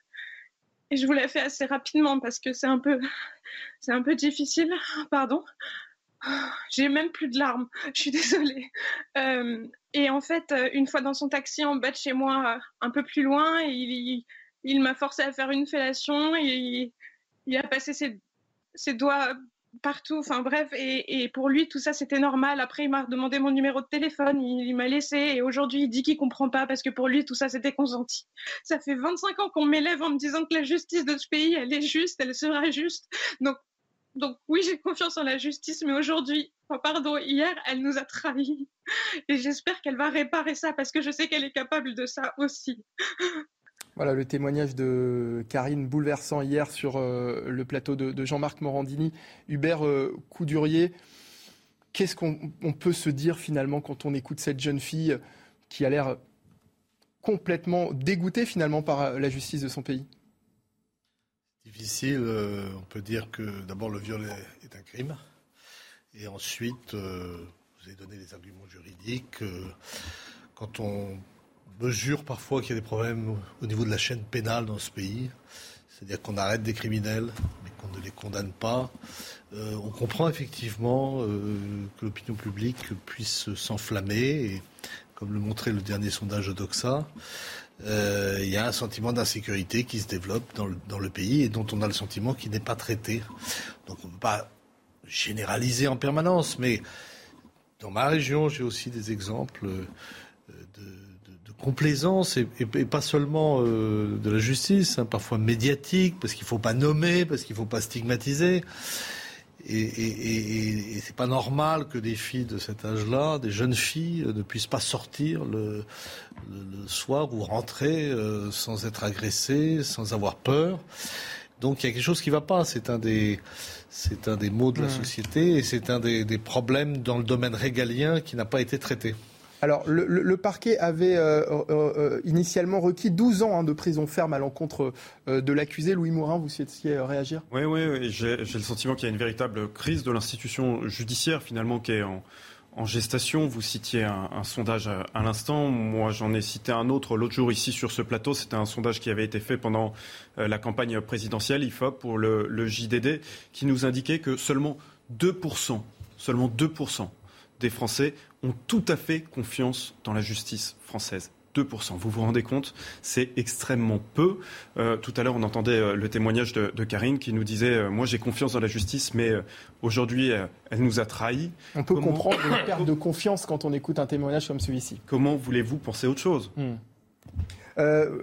S16: Et je vous l'ai fait assez rapidement parce que c'est un peu, c'est un peu difficile. Pardon. J'ai même plus de larmes, je suis désolée. Euh, et en fait, une fois dans son taxi en bas de chez moi, un peu plus loin, il, il, il m'a forcé à faire une fellation et il, il a passé ses, ses doigts partout, enfin bref, et, et pour lui tout ça c'était normal. Après il m'a demandé mon numéro de téléphone, il, il m'a laissé et aujourd'hui il dit qu'il comprend pas parce que pour lui tout ça c'était consenti. Ça fait vingt-cinq ans qu'on m'élève en me disant que la justice de ce pays elle est juste, elle sera juste, donc Donc oui, j'ai confiance en la justice, mais aujourd'hui, oh pardon, hier, elle nous a trahis. Et j'espère qu'elle va réparer ça, parce que je sais qu'elle est capable de ça aussi.
S4: Voilà le témoignage de Karine bouleversant hier sur euh, le plateau de, de Jean-Marc Morandini. Hubert euh, Coudurier, qu'est-ce qu'on on peut se dire finalement quand on écoute cette jeune fille qui a l'air complètement dégoûtée finalement par la justice de son pays?
S9: Difficile, euh, on peut dire que d'abord le viol est, est un crime. Et ensuite, euh, vous avez donné les arguments juridiques. Euh, quand on mesure parfois qu'il y a des problèmes au niveau de la chaîne pénale dans ce pays, c'est-à-dire qu'on arrête des criminels, mais qu'on ne les condamne pas, euh, on comprend effectivement euh, que l'opinion publique puisse s'enflammer. Et comme le montrait le dernier sondage de Doxa, euh, il y a un sentiment d'insécurité qui se développe dans le, dans le pays et dont on a le sentiment qu'il n'est pas traité. Donc on ne peut pas généraliser en permanence, mais dans ma région, j'ai aussi des exemples de, de, de complaisance et, et, et pas seulement euh, de la justice, hein, parfois médiatique, parce qu'il ne faut pas nommer, parce qu'il ne faut pas stigmatiser. Et, et, et, et c'est pas normal que des filles de cet âge-là, des jeunes filles, ne puissent pas sortir le, le, le soir ou rentrer euh, sans être agressées, sans avoir peur. Donc il y a quelque chose qui ne va pas. C'est un des, c'est un des maux de la société et c'est un des, des problèmes dans le domaine régalien qui n'a pas été traité.
S4: Alors, le, le, le parquet avait euh, euh, initialement requis douze ans hein, de prison ferme à l'encontre euh, de l'accusé. Louis Mourin, vous souhaitiez euh, réagir ?
S10: Oui, oui, oui. J'ai, j'ai le sentiment qu'il y a une véritable crise de l'institution judiciaire, finalement, qui est en, en gestation. Vous citiez un, un sondage à, à l'instant. Moi, j'en ai cité un autre l'autre jour ici sur ce plateau. C'était un sondage qui avait été fait pendant euh, la campagne présidentielle, I F O P, pour le, le J D D, qui nous indiquait que seulement deux pour cent, seulement deux pour cent des Français ont tout à fait confiance dans la justice française. deux pour cent. Vous vous rendez compte ? C'est extrêmement peu. Euh, tout à l'heure, on entendait euh, le témoignage de, de Karine qui nous disait euh, « Moi, j'ai confiance dans la justice, mais euh, aujourd'hui, euh, elle nous a trahis. »
S4: On peut Comment... comprendre une perte de confiance quand on écoute un témoignage comme celui-ci.
S10: Comment voulez-vous penser autre chose ?
S4: hmm. euh...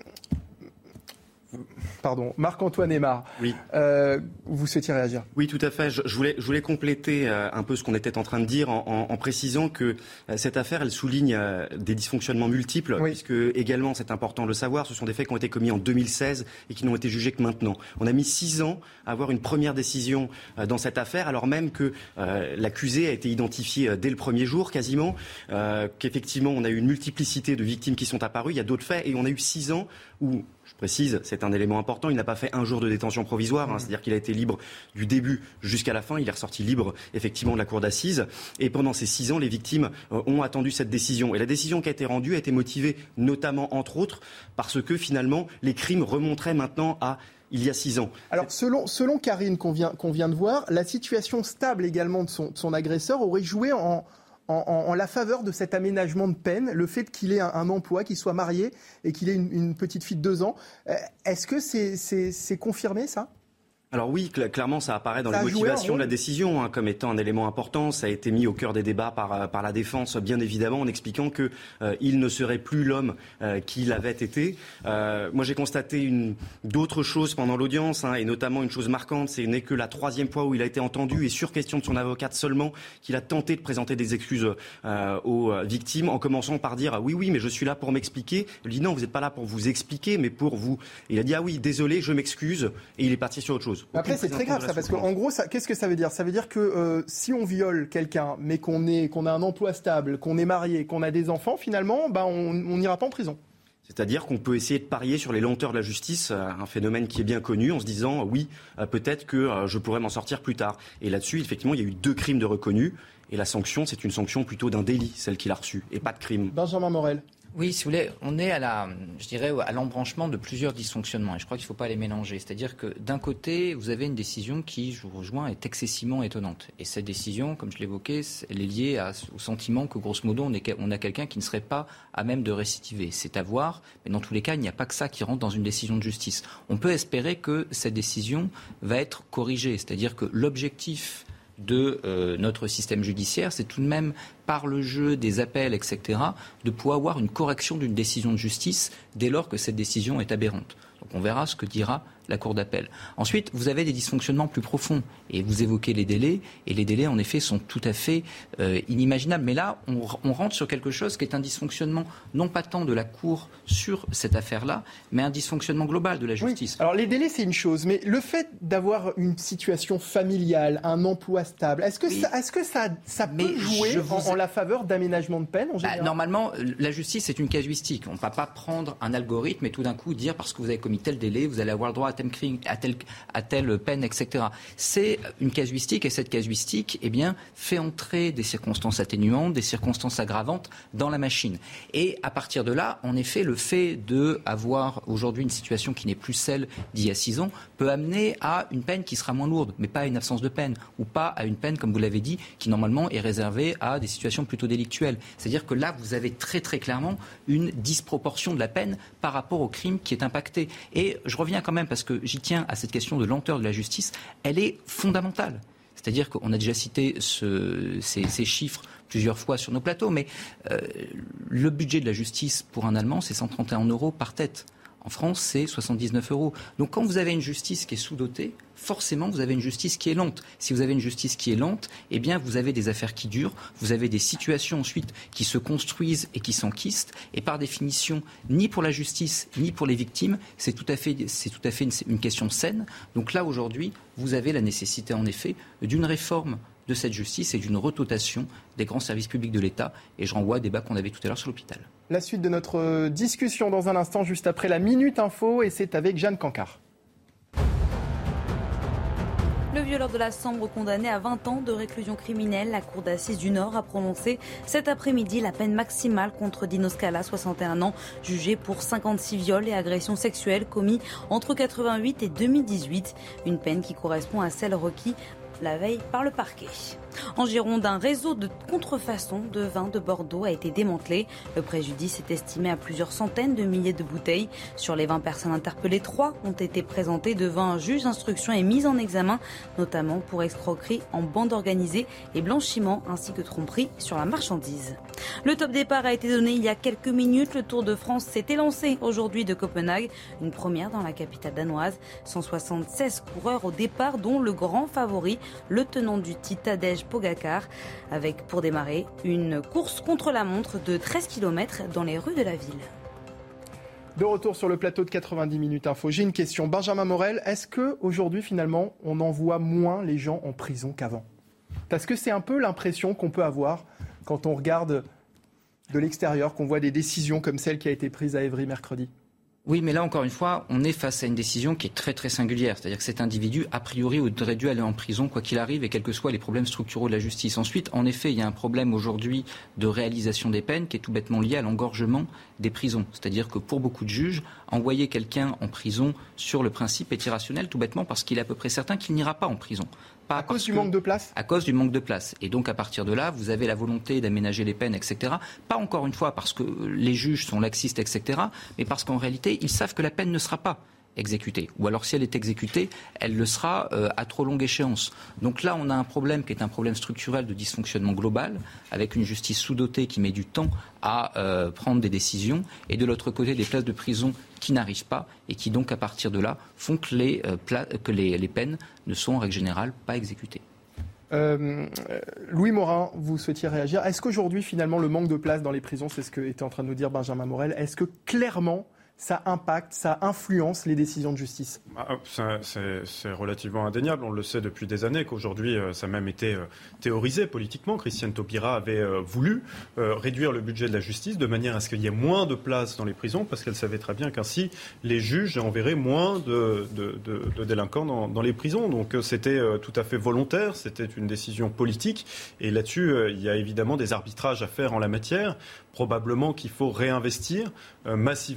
S4: Pardon, Marc-Antoine Aymard,
S14: oui.
S4: euh, vous souhaitiez réagir ?
S14: Oui, tout à fait. Je, je, voulais, je voulais compléter euh, un peu ce qu'on était en train de dire en, en, en précisant que euh, cette affaire, elle souligne euh, des dysfonctionnements multiples, oui. puisque également, c'est important de le savoir, ce sont des faits qui ont été commis en deux mille seize et qui n'ont été jugés que maintenant. On a mis six ans à avoir une première décision euh, dans cette affaire, alors même que euh, l'accusé a été identifié euh, dès le premier jour, quasiment, euh, qu'effectivement, on a eu une multiplicité de victimes qui sont apparues. Il y a d'autres faits et on a eu six ans où... Je précise, c'est un élément important, il n'a pas fait un jour de détention provisoire, hein, c'est-à-dire qu'il a été libre du début jusqu'à la fin, il est ressorti libre effectivement de la cour d'assises. Et pendant ces six ans, les victimes euh, ont attendu cette décision. Et la décision qui a été rendue a été motivée notamment, entre autres, parce que finalement, les crimes remonteraient maintenant à... il y a six ans.
S4: Alors, selon, selon Karine, qu'on vient, qu'on vient de voir, la situation stable également de son, de son agresseur aurait joué en... En, en, en la faveur de cet aménagement de peine, le fait qu'il ait un, un emploi, qu'il soit marié et qu'il ait une, une petite fille de deux ans. Euh, est-ce que c'est, c'est, c'est confirmé, ça ?
S14: Alors oui, cl- clairement, ça apparaît dans ça les motivations de la décision hein, comme étant un élément important. Ça a été mis au cœur des débats par, par la défense, bien évidemment, en expliquant qu'il euh, ne serait plus l'homme euh, qu'il avait été. Euh, moi, j'ai constaté une, d'autres choses pendant l'audience, hein, et notamment une chose marquante, c'est n'est que la troisième fois où il a été entendu, et sur question de son avocate seulement, qu'il a tenté de présenter des excuses euh, aux victimes, en commençant par dire ah, « oui, oui, mais je suis là pour m'expliquer ». Il dit « non, vous n'êtes pas là pour vous expliquer, mais pour vous ». Il a dit « ah oui, désolé, je m'excuse », et il est parti sur autre chose.
S4: Après, c'est très grave ça, parce qu'en gros, ça, qu'est-ce que ça veut dire ? Ça veut dire que euh, si on viole quelqu'un, mais qu'on, est, qu'on a un emploi stable, qu'on est marié, qu'on a des enfants, finalement, bah, on n'ira pas en prison.
S14: C'est-à-dire qu'on peut essayer de parier sur les lenteurs de la justice, un phénomène qui est bien connu, en se disant oui, peut-être que je pourrais m'en sortir plus tard. Et là-dessus, effectivement, il y a eu deux crimes de reconnus, et la sanction, c'est une sanction plutôt d'un délit, celle qu'il a reçue, et pas de crime.
S4: Benjamin Morel.
S15: Oui, si vous voulez, on est à la, je dirais, à l'embranchement de plusieurs dysfonctionnements et je crois qu'il ne faut pas les mélanger. C'est-à-dire que d'un côté, vous avez une décision qui, je vous rejoins, est excessivement étonnante. Et cette décision, comme je l'évoquais, elle est liée à, au sentiment que, grosso modo, on, est, on a quelqu'un qui ne serait pas à même de récidiver. C'est à voir, mais dans tous les cas, il n'y a pas que ça qui rentre dans une décision de justice. On peut espérer que cette décision va être corrigée. C'est-à-dire que l'objectif de euh, notre système judiciaire, c'est tout de même par le jeu des appels, et cetera, de pouvoir avoir une correction d'une décision de justice dès lors que cette décision est aberrante. Donc on verra ce que dira la Cour d'appel. Ensuite, vous avez des dysfonctionnements plus profonds. Et vous évoquez les délais. Et les délais, en effet, sont tout à fait euh, inimaginables. Mais là, on, on rentre sur quelque chose qui est un dysfonctionnement, non pas tant de la Cour sur cette affaire-là, mais un dysfonctionnement global de la justice.
S4: Oui. Alors les délais, c'est une chose. Mais le fait d'avoir une situation familiale, un emploi stable, est-ce que oui. ça, est-ce que ça, ça peut jouer vous... en, en la faveur d'aménagement de peine en général ?
S15: Bah, normalement, la justice, c'est une casuistique. On ne va pas prendre un algorithme et tout d'un coup dire parce que vous avez commis tel délai, vous allez avoir le droit à à telle, à telle peine, et cetera. C'est une casuistique et cette casuistique eh bien, fait entrer des circonstances atténuantes, des circonstances aggravantes dans la machine. Et à partir de là, en effet, le fait d'avoir aujourd'hui une situation qui n'est plus celle d'il y a six ans peut amener à une peine qui sera moins lourde, mais pas à une absence de peine, ou pas à une peine, comme vous l'avez dit, qui normalement est réservée à des situations plutôt délictuelles. C'est-à-dire que là, vous avez très très clairement une disproportion de la peine par rapport au crime qui est impacté. Et je reviens quand même, parce que j'y tiens à cette question de lenteur de la justice, elle est fondamentale. C'est-à-dire qu'on a déjà cité ce, ces, ces chiffres plusieurs fois sur nos plateaux, mais euh, le budget de la justice pour un Allemand, c'est cent trente et un euros par tête. En France, c'est soixante-dix-neuf euros. Donc quand vous avez une justice qui est sous-dotée, forcément, vous avez une justice qui est lente. Si vous avez une justice qui est lente, eh bien, vous avez des affaires qui durent, vous avez des situations ensuite qui se construisent et qui s'enquistent. Et par définition, ni pour la justice, ni pour les victimes, c'est tout à fait, c'est tout à fait une, une question saine. Donc là, aujourd'hui, vous avez la nécessité, en effet, d'une réforme de cette justice et d'une rotation des grands services publics de l'État. Et je renvoie au débat qu'on avait tout à l'heure sur l'hôpital.
S4: La suite de notre discussion dans un instant, juste après la Minute Info, et c'est avec Jeanne Cancard.
S17: Le violeur de la Sambre condamné à vingt ans de réclusion criminelle, la Cour d'assises du Nord a prononcé cet après-midi la peine maximale contre Dino Scala, soixante et un ans, jugé pour cinquante-six viols et agressions sexuelles commis entre quatre-vingt-huit et deux mille dix-huit. Une peine qui correspond à celle requise la veille par le parquet. En Gironde, un réseau de contrefaçon de vin de Bordeaux a été démantelé. Le préjudice est estimé à plusieurs centaines de milliers de bouteilles. Sur les vingt personnes interpellées, trois ont été présentées devant un juge d'instruction et mises en examen, notamment pour escroquerie en bande organisée et blanchiment, ainsi que tromperie sur la marchandise. Le top départ a été donné il y a quelques minutes. Le Tour de France s'est élancé aujourd'hui de Copenhague, une première dans la capitale danoise. cent soixante-seize coureurs au départ, dont le grand favori, le tenant du titre Tadej Pogacar, avec pour démarrer une course contre la montre de treize kilomètres dans les rues de la ville.
S4: De retour sur le plateau de quatre-vingt-dix minutes info, j'ai une question. Benjamin Morel, est-ce qu'aujourd'hui finalement on envoie moins les gens en prison qu'avant ? Parce que c'est un peu l'impression qu'on peut avoir quand on regarde de l'extérieur, qu'on voit des décisions comme celle qui a été prise à Évry mercredi.
S15: Oui, mais là, encore une fois, on est face à une décision qui est très très singulière. C'est-à-dire que cet individu, a priori, aurait dû aller en prison, quoi qu'il arrive, et quels que soient les problèmes structuraux de la justice. Ensuite, en effet, il y a un problème aujourd'hui de réalisation des peines qui est tout bêtement lié à l'engorgement des prisons. C'est-à-dire que pour beaucoup de juges, envoyer quelqu'un en prison sur le principe est irrationnel, tout bêtement parce qu'il est à peu près certain qu'il n'ira pas en prison. Pas
S4: à cause du manque de place ?
S15: À cause du manque de place. Et donc, à partir de là, vous avez la volonté d'aménager les peines, et cetera. Pas encore une fois parce que les juges sont laxistes, et cetera, mais parce qu'en réalité, ils savent que la peine ne sera pas exécutée. Ou alors, si elle est exécutée, elle le sera euh, à trop longue échéance. Donc là, on a un problème qui est un problème structurel de dysfonctionnement global, avec une justice sous-dotée qui met du temps à euh, prendre des décisions, et de l'autre côté, des places de prison qui n'arrivent pas, et qui donc, à partir de là, font que les, euh, pla- que les, les peines ne sont, en règle générale, pas exécutées.
S4: Euh, Louis Morin, vous souhaitiez réagir. Est-ce qu'aujourd'hui, finalement, le manque de place dans les prisons, c'est ce que était en train de nous dire Benjamin Morel, est-ce que clairement ça impacte, ça influence les décisions de justice ?
S10: Ah, c'est, c'est relativement indéniable. On le sait depuis des années qu'aujourd'hui, ça a même été théorisé politiquement. Christiane Taubira avait voulu réduire le budget de la justice de manière à ce qu'il y ait moins de places dans les prisons, parce qu'elle savait très bien qu'ainsi, les juges enverraient moins de, de, de, de délinquants dans, dans les prisons. Donc c'était tout à fait volontaire, c'était une décision politique. Et là-dessus, il y a évidemment des arbitrages à faire en la matière. Probablement qu'il faut réinvestir euh, massivement, effectivement,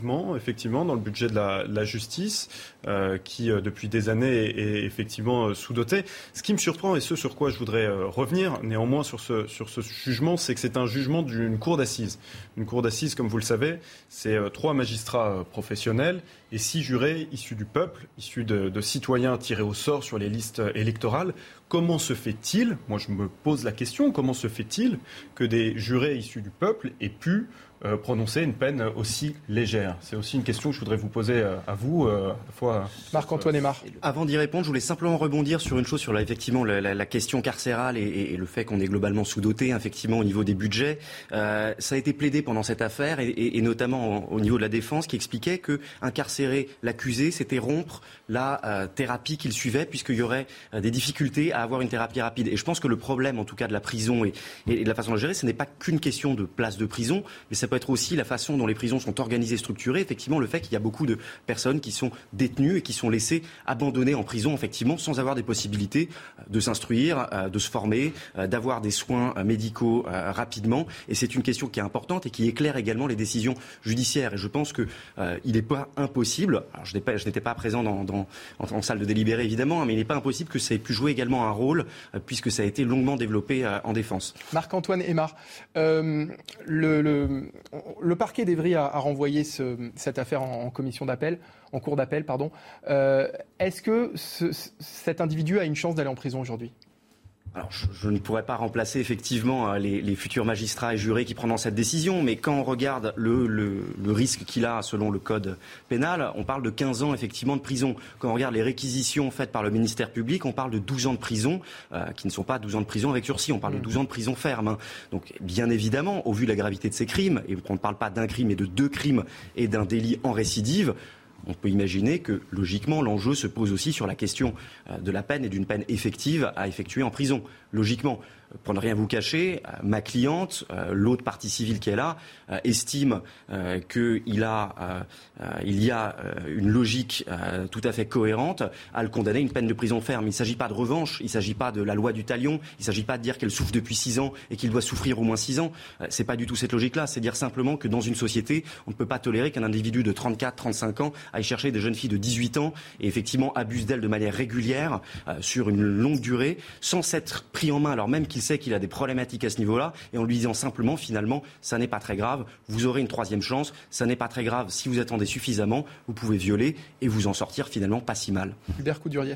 S10: effectivement, dans le budget de la, la justice, euh, qui euh, depuis des années est, est effectivement euh, sous-doté. Ce qui me surprend, et ce sur quoi je voudrais euh, revenir néanmoins sur ce, sur ce jugement, c'est que c'est un jugement d'une cour d'assises. Une cour d'assises, comme vous le savez, c'est euh, trois magistrats euh, professionnels et six jurés issus du peuple, issus de, de citoyens tirés au sort sur les listes électorales. Comment se fait-il, moi je me pose la question, comment se fait-il que des jurés issus du peuple aient pu euh, prononcer une peine aussi légère? C'est aussi une question que je voudrais vous poser euh, à vous, euh, à la fois...
S4: Marc-Antoine Aymar.
S14: Avant d'y répondre, je voulais simplement rebondir sur une chose, sur la, effectivement la, la, la question carcérale et, et, et le fait qu'on est globalement sous-doté, effectivement, au niveau des budgets. Euh, ça a été plaidé pendant cette affaire, et, et, et notamment au, au niveau de la défense, qui expliquait qu'incarcérer l'accusé, c'était rompre la euh, thérapie qu'il suivait, puisqu'il y aurait euh, des difficultés à avoir une thérapie rapide. Et je pense que le problème, en tout cas, de la prison et, et de la façon de gérer, ce n'est pas qu'une question de place de prison, mais ça peut être aussi la façon dont les prisons sont organisées, structurées. Effectivement, le fait qu'il y a beaucoup de personnes qui sont détenues et qui sont laissées abandonnées en prison, effectivement, sans avoir des possibilités de s'instruire, de se former, d'avoir des soins médicaux rapidement. Et c'est une question qui est importante et qui éclaire également les décisions judiciaires. Et je pense qu'il euh, n'est pas impossible, alors je, n'ai pas, je n'étais pas présent dans, dans, en, en salle de délibéré évidemment, mais il n'est pas impossible que ça ait pu jouer également un rôle, puisque ça a été longuement développé en défense.
S4: Marc-Antoine Aymar, euh, le, le, le parquet d'Evry a, a renvoyé ce, cette affaire en, en commission d'appel, en cour d'appel, pardon. Euh, est-ce que ce, cet individu a une chance d'aller en prison aujourd'hui ?
S14: Alors, je, je ne pourrais pas remplacer effectivement les, les futurs magistrats et jurés qui prendront cette décision, mais quand on regarde le, le, le risque qu'il a selon le code pénal, on parle de quinze ans effectivement de prison. Quand on regarde les réquisitions faites par le ministère public, on parle de douze ans de prison, euh, qui ne sont pas douze ans de prison avec sursis, on parle de douze ans de prison ferme. Hein. Donc bien évidemment, au vu de la gravité de ces crimes, et qu'on ne parle pas d'un crime mais de deux crimes et d'un délit en récidive, on peut imaginer que, logiquement, l'enjeu se pose aussi sur la question de la peine et d'une peine effective à effectuer en prison. Logiquement, pour ne rien vous cacher, ma cliente, l'autre partie civile qui est là, estime qu'il a, il y a une logique tout à fait cohérente à le condamner à une peine de prison ferme. Il ne s'agit pas de revanche, il ne s'agit pas de la loi du talion, il ne s'agit pas de dire qu'elle souffre depuis six ans et qu'il doit souffrir au moins six ans. C'est pas du tout cette logique-là. C'est dire simplement que dans une société, on ne peut pas tolérer qu'un individu de trente-quatre, trente-cinq ans aille chercher des jeunes filles de dix-huit ans et effectivement abuse d'elles de manière régulière euh, sur une longue durée, sans s'être pris en main, alors même qu'il sait qu'il a des problématiques à ce niveau-là, et en lui disant simplement, finalement, ça n'est pas très grave, vous aurez une troisième chance, ça n'est pas très grave, si vous attendez suffisamment, vous pouvez violer et vous en sortir finalement pas si mal.
S4: Hubert Coudurier.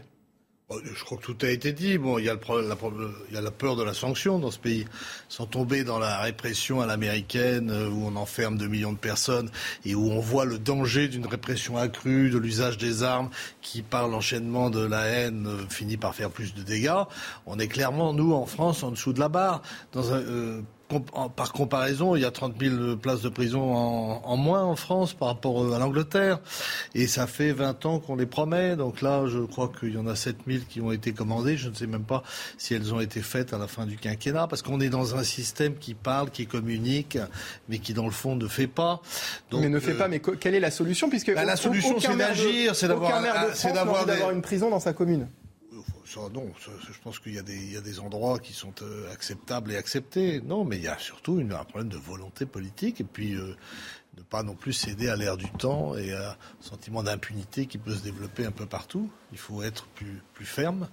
S9: Je crois que tout a été dit. Bon, il y a, le problème, la, il y a la peur de la sanction dans ce pays. Sans tomber dans la répression à l'américaine, où on enferme deux millions de personnes et où on voit le danger d'une répression accrue, de l'usage des armes qui, par l'enchaînement de la haine, finit par faire plus de dégâts. On est clairement, nous, en France, en dessous de la barre. Dans un... Euh, Par comparaison, il y a trente mille places de prison en, en moins en France par rapport à l'Angleterre. Et ça fait vingt ans qu'on les promet. Donc là, je crois qu'il y en a sept mille qui ont été commandées. Je ne sais même pas si elles ont été faites à la fin du quinquennat. Parce qu'on est dans un système qui parle, qui communique, mais qui, dans le fond, ne fait pas. Donc,
S4: mais ne fait euh, pas. Mais quelle est la solution puisque
S9: bah, la solution, c'est d'agir. C'est d'avoir,
S4: aucun maire de France n'a envie d'avoir une prison dans sa commune.
S9: Ça, non, ça, je pense qu'il y a des, il y a des endroits qui sont euh, acceptables et acceptés. Non, mais il y a surtout une, un problème de volonté politique et puis euh, ne pas non plus céder à l'air du temps et à un sentiment d'impunité qui peut se développer un peu partout. Il faut être plus, plus ferme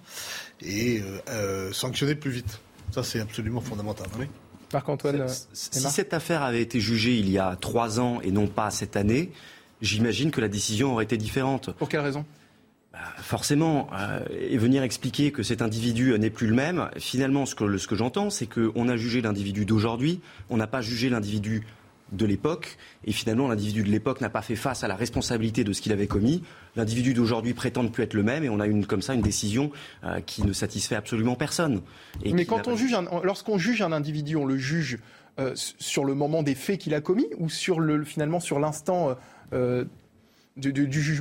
S9: et euh, euh, sanctionner plus vite. Ça, c'est absolument fondamental. Oui.
S4: Marc-Antoine,
S14: si cette affaire avait été jugée il y a trois ans et non pas cette année, j'imagine que la décision aurait été différente.
S4: Pour quelle raison ?
S14: Forcément, euh, et venir expliquer que cet individu n'est plus le même, finalement, ce que, ce que j'entends, c'est qu'on a jugé l'individu d'aujourd'hui, on n'a pas jugé l'individu de l'époque, et finalement, l'individu de l'époque n'a pas fait face à la responsabilité de ce qu'il avait commis. L'individu d'aujourd'hui prétend ne plus être le même, et on a une, comme ça une décision euh, qui ne satisfait absolument personne. Et
S4: Mais quand on juge un, lorsqu'on juge un individu, on le juge euh, sur le moment des faits qu'il a commis, ou sur le, finalement sur l'instant euh, du, du, du jugement ?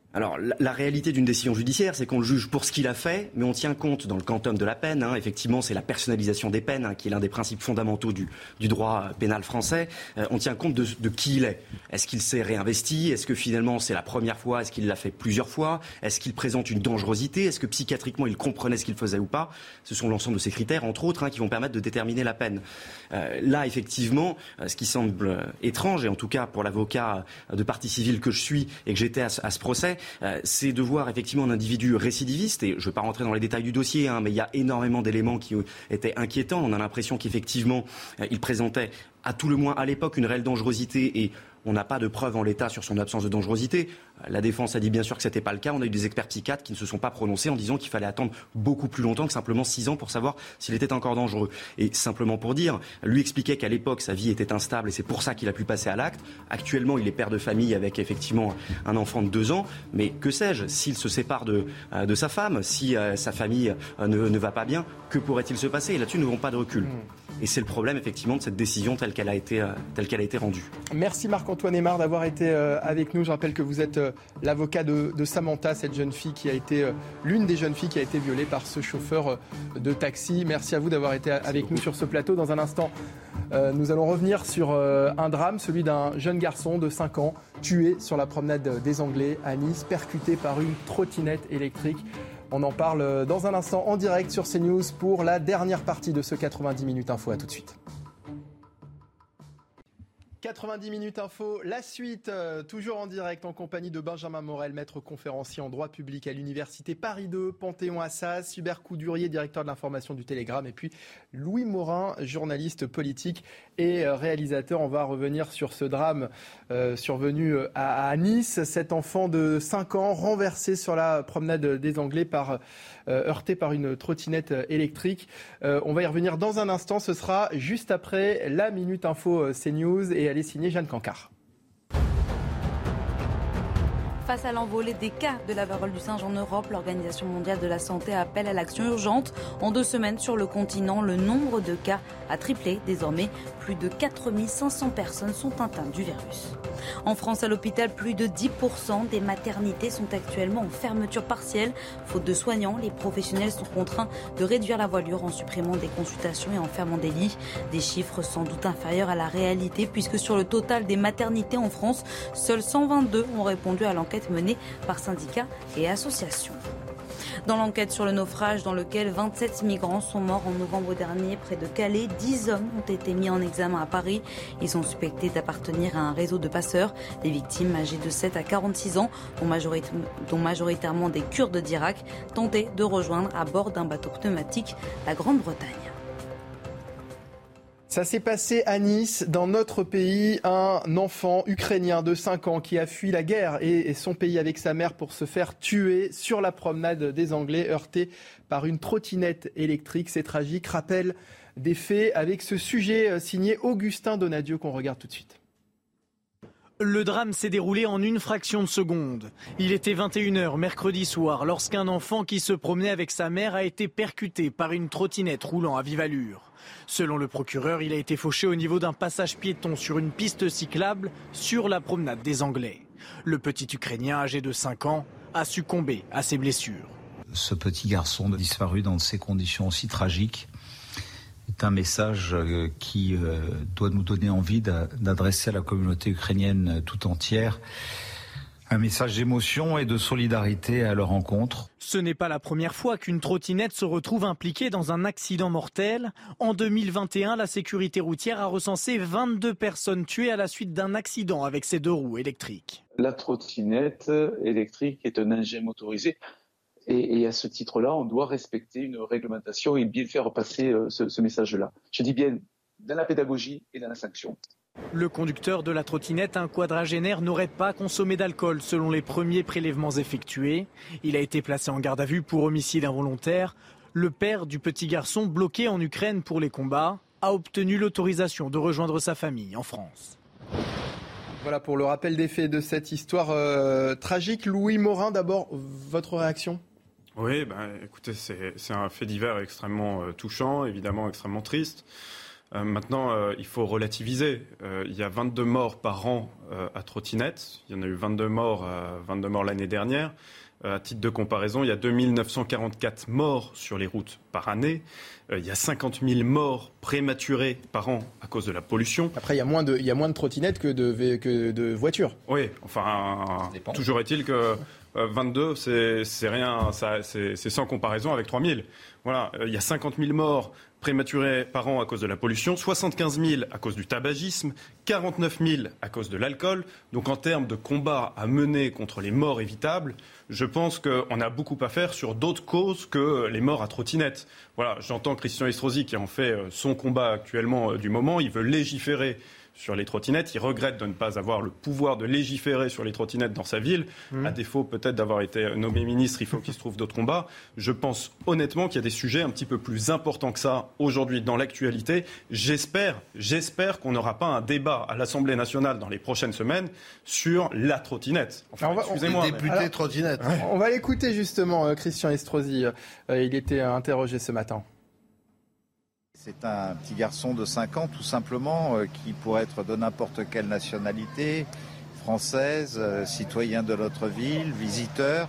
S14: Alors, la, la réalité d'une décision judiciaire, c'est qu'on le juge pour ce qu'il a fait, mais on tient compte dans le quantum de la peine. Hein, effectivement, c'est la personnalisation des peines, hein, qui est l'un des principes fondamentaux du, du droit pénal français. Euh, on tient compte de, de qui il est. Est-ce qu'il s'est réinvesti ? Est-ce que finalement c'est la première fois ? Est-ce qu'il l'a fait plusieurs fois ? Est-ce qu'il présente une dangerosité ? Est-ce que psychiatriquement il comprenait ce qu'il faisait ou pas ? Ce sont l'ensemble de ces critères, entre autres, hein, qui vont permettre de déterminer la peine. Euh, là, effectivement, euh, ce qui semble euh, étrange, et en tout cas pour l'avocat de partie civile que je suis et que j'étais à, à ce procès, Euh, c'est de voir effectivement un individu récidiviste, et je ne vais pas rentrer dans les détails du dossier, hein, mais il y a énormément d'éléments qui euh, étaient inquiétants. On a l'impression qu'effectivement, euh, il présentait à tout le moins à l'époque une réelle dangerosité, et on n'a pas de preuves en l'état sur son absence de dangerosité. La défense a dit bien sûr que ce n'était pas le cas. On a eu des experts psychiatres qui ne se sont pas prononcés en disant qu'il fallait attendre beaucoup plus longtemps que simplement six ans pour savoir s'il était encore dangereux. Et simplement pour dire, lui expliquait qu'à l'époque sa vie était instable et c'est pour ça qu'il a pu passer à l'acte. Actuellement, il est père de famille avec effectivement un enfant de deux ans. Mais que sais-je, s'il se sépare de, de sa femme, si euh, sa famille euh, ne, ne va pas bien, que pourrait-il se passer ? Et là-dessus, nous n'avons pas de recul. Et c'est le problème effectivement de cette décision telle qu'elle a été, euh, telle qu'elle a été rendue.
S4: Merci Marc-Antoine Aymard d'avoir été euh, avec nous. Je rappelle que vous êtes euh, l'avocat de, de Samantha, cette jeune fille qui a été euh, l'une des jeunes filles qui a été violée par ce chauffeur euh, de taxi. Merci à vous d'avoir été avec nous sur ce plateau. Dans un instant, euh, nous allons revenir sur euh, un drame, celui d'un jeune garçon de cinq ans tué sur la promenade des Anglais à Nice, percuté par une trottinette électrique. On en parle dans un instant en direct sur CNews pour la dernière partie de ce quatre-vingt-dix minutes info. À tout de suite. quatre-vingt-dix minutes info, la suite, euh, toujours en direct en compagnie de Benjamin Morel, maître conférencier en droit public à l'université Paris deux, Panthéon-Assas, Hubert Coudurier, directeur de l'information du Télégramme, et puis Louis Morin, journaliste politique et euh, réalisateur. On va revenir sur ce drame euh, survenu à, à Nice, cet enfant de cinq ans renversé sur la promenade des Anglais par euh, heurté par une trottinette électrique. Euh, on va y revenir dans un instant, ce sera juste après la Minute Info euh, CNews, et elle est signée Jeanne Cancard.
S17: Face à l'envolée des cas de la varole du singe en Europe, l'Organisation mondiale de la santé appelle à l'action urgente. En deux semaines sur le continent, le nombre de cas a triplé. Désormais, plus de quatre mille cinq cents personnes sont atteintes du virus. En France, à l'hôpital, plus de dix pour cent des maternités sont actuellement en fermeture partielle. Faute de soignants, les professionnels sont contraints de réduire la voilure en supprimant des consultations et en fermant des lits. Des chiffres sans doute inférieurs à la réalité, puisque sur le total des maternités en France, seuls cent vingt-deux ont répondu à l'enquête menée par syndicats et associations. Dans l'enquête sur le naufrage dans lequel vingt-sept migrants sont morts en novembre dernier près de Calais, dix hommes ont été mis en examen à Paris. Ils sont suspectés d'appartenir à un réseau de passeurs. Les victimes, âgées de sept à quarante-six ans, dont, majorita- dont majoritairement des Kurdes d'Irak, tentaient de rejoindre à bord d'un bateau pneumatique la Grande-Bretagne.
S4: Ça s'est passé à Nice, dans notre pays, un enfant ukrainien de cinq ans qui a fui la guerre et son pays avec sa mère pour se faire tuer sur la promenade des Anglais, heurté par une trottinette électrique. C'est tragique. Rappel des faits avec ce sujet signé Augustin Donadieu qu'on regarde tout de suite.
S18: Le drame s'est déroulé en une fraction de seconde. Il était vingt et une heures mercredi soir lorsqu'un enfant qui se promenait avec sa mère a été percuté par une trottinette roulant à vive allure. Selon le procureur, il a été fauché au niveau d'un passage piéton sur une piste cyclable sur la promenade des Anglais. Le petit Ukrainien âgé de cinq ans a succombé à ses blessures.
S19: Ce petit garçon disparu dans ces conditions aussi tragiques est un message qui doit nous donner envie d'adresser à la communauté ukrainienne tout entière un message d'émotion et de solidarité à leur rencontre.
S18: Ce n'est pas la première fois qu'une trottinette se retrouve impliquée dans un accident mortel. En deux mille vingt et un, la sécurité routière a recensé vingt-deux personnes tuées à la suite d'un accident avec ses deux roues électriques.
S20: La trottinette électrique est un engin motorisé. Et, et à ce titre-là, on doit respecter une réglementation et bien faire passer ce, ce message-là. Je dis bien dans la pédagogie et dans la sanction.
S18: Le conducteur de la trottinette, un quadragénaire, n'aurait pas consommé d'alcool selon les premiers prélèvements effectués. Il a été placé en garde à vue pour homicide involontaire. Le père du petit garçon, bloqué en Ukraine pour les combats, a obtenu l'autorisation de rejoindre sa famille en France.
S4: Voilà pour le rappel des faits de cette histoire euh, tragique. Louis Morin, d'abord, votre réaction ?
S10: Oui, bah, écoutez, c'est, c'est un fait divers extrêmement euh, touchant, évidemment extrêmement triste. Euh, maintenant, euh, il faut relativiser. Euh, il y a vingt-deux morts par an euh, à trottinette. Il y en a eu vingt-deux morts, euh, vingt-deux morts l'année dernière. Euh, à titre de comparaison, il y a deux mille neuf cent quarante-quatre morts sur les routes par année. Euh, il y a cinquante mille morts prématurées par an à cause de la pollution.
S4: Après, il y a moins de, il y a moins de trottinettes que de, que de voitures.
S10: Oui, enfin, toujours est-il que euh, vingt-deux, c'est, c'est rien, ça, c'est, c'est sans comparaison avec trois mille. Voilà, euh, il y a cinquante mille morts prématurés par an à cause de la pollution, soixante-quinze mille à cause du tabagisme, quarante-neuf mille à cause de l'alcool. Donc en termes de combat à mener contre les morts évitables, je pense qu'on a beaucoup à faire sur d'autres causes que les morts à trottinette. Voilà, j'entends Christian Estrosi qui en fait son combat actuellement du moment. Il veut légiférer sur les trottinettes. Il regrette de ne pas avoir le pouvoir de légiférer sur les trottinettes dans sa ville. Mmh. À défaut peut-être d'avoir été nommé ministre, il faut qu'il se trouve d'autres combats. Je pense honnêtement qu'il y a des sujets un petit peu plus importants que ça aujourd'hui dans l'actualité. J'espère, j'espère qu'on n'aura pas un débat à l'Assemblée nationale dans les prochaines semaines sur la trottinette. Enfin,
S9: Alors, excusez-moi. Les députés
S4: Alors,
S9: trottinette.
S4: Ouais. On va l'écouter justement, euh, Christian Estrosi. Euh, il était interrogé ce matin.
S21: C'est un petit garçon de cinq ans, tout simplement, euh, qui pourrait être de n'importe quelle nationalité, française, euh, citoyen de notre ville, visiteur.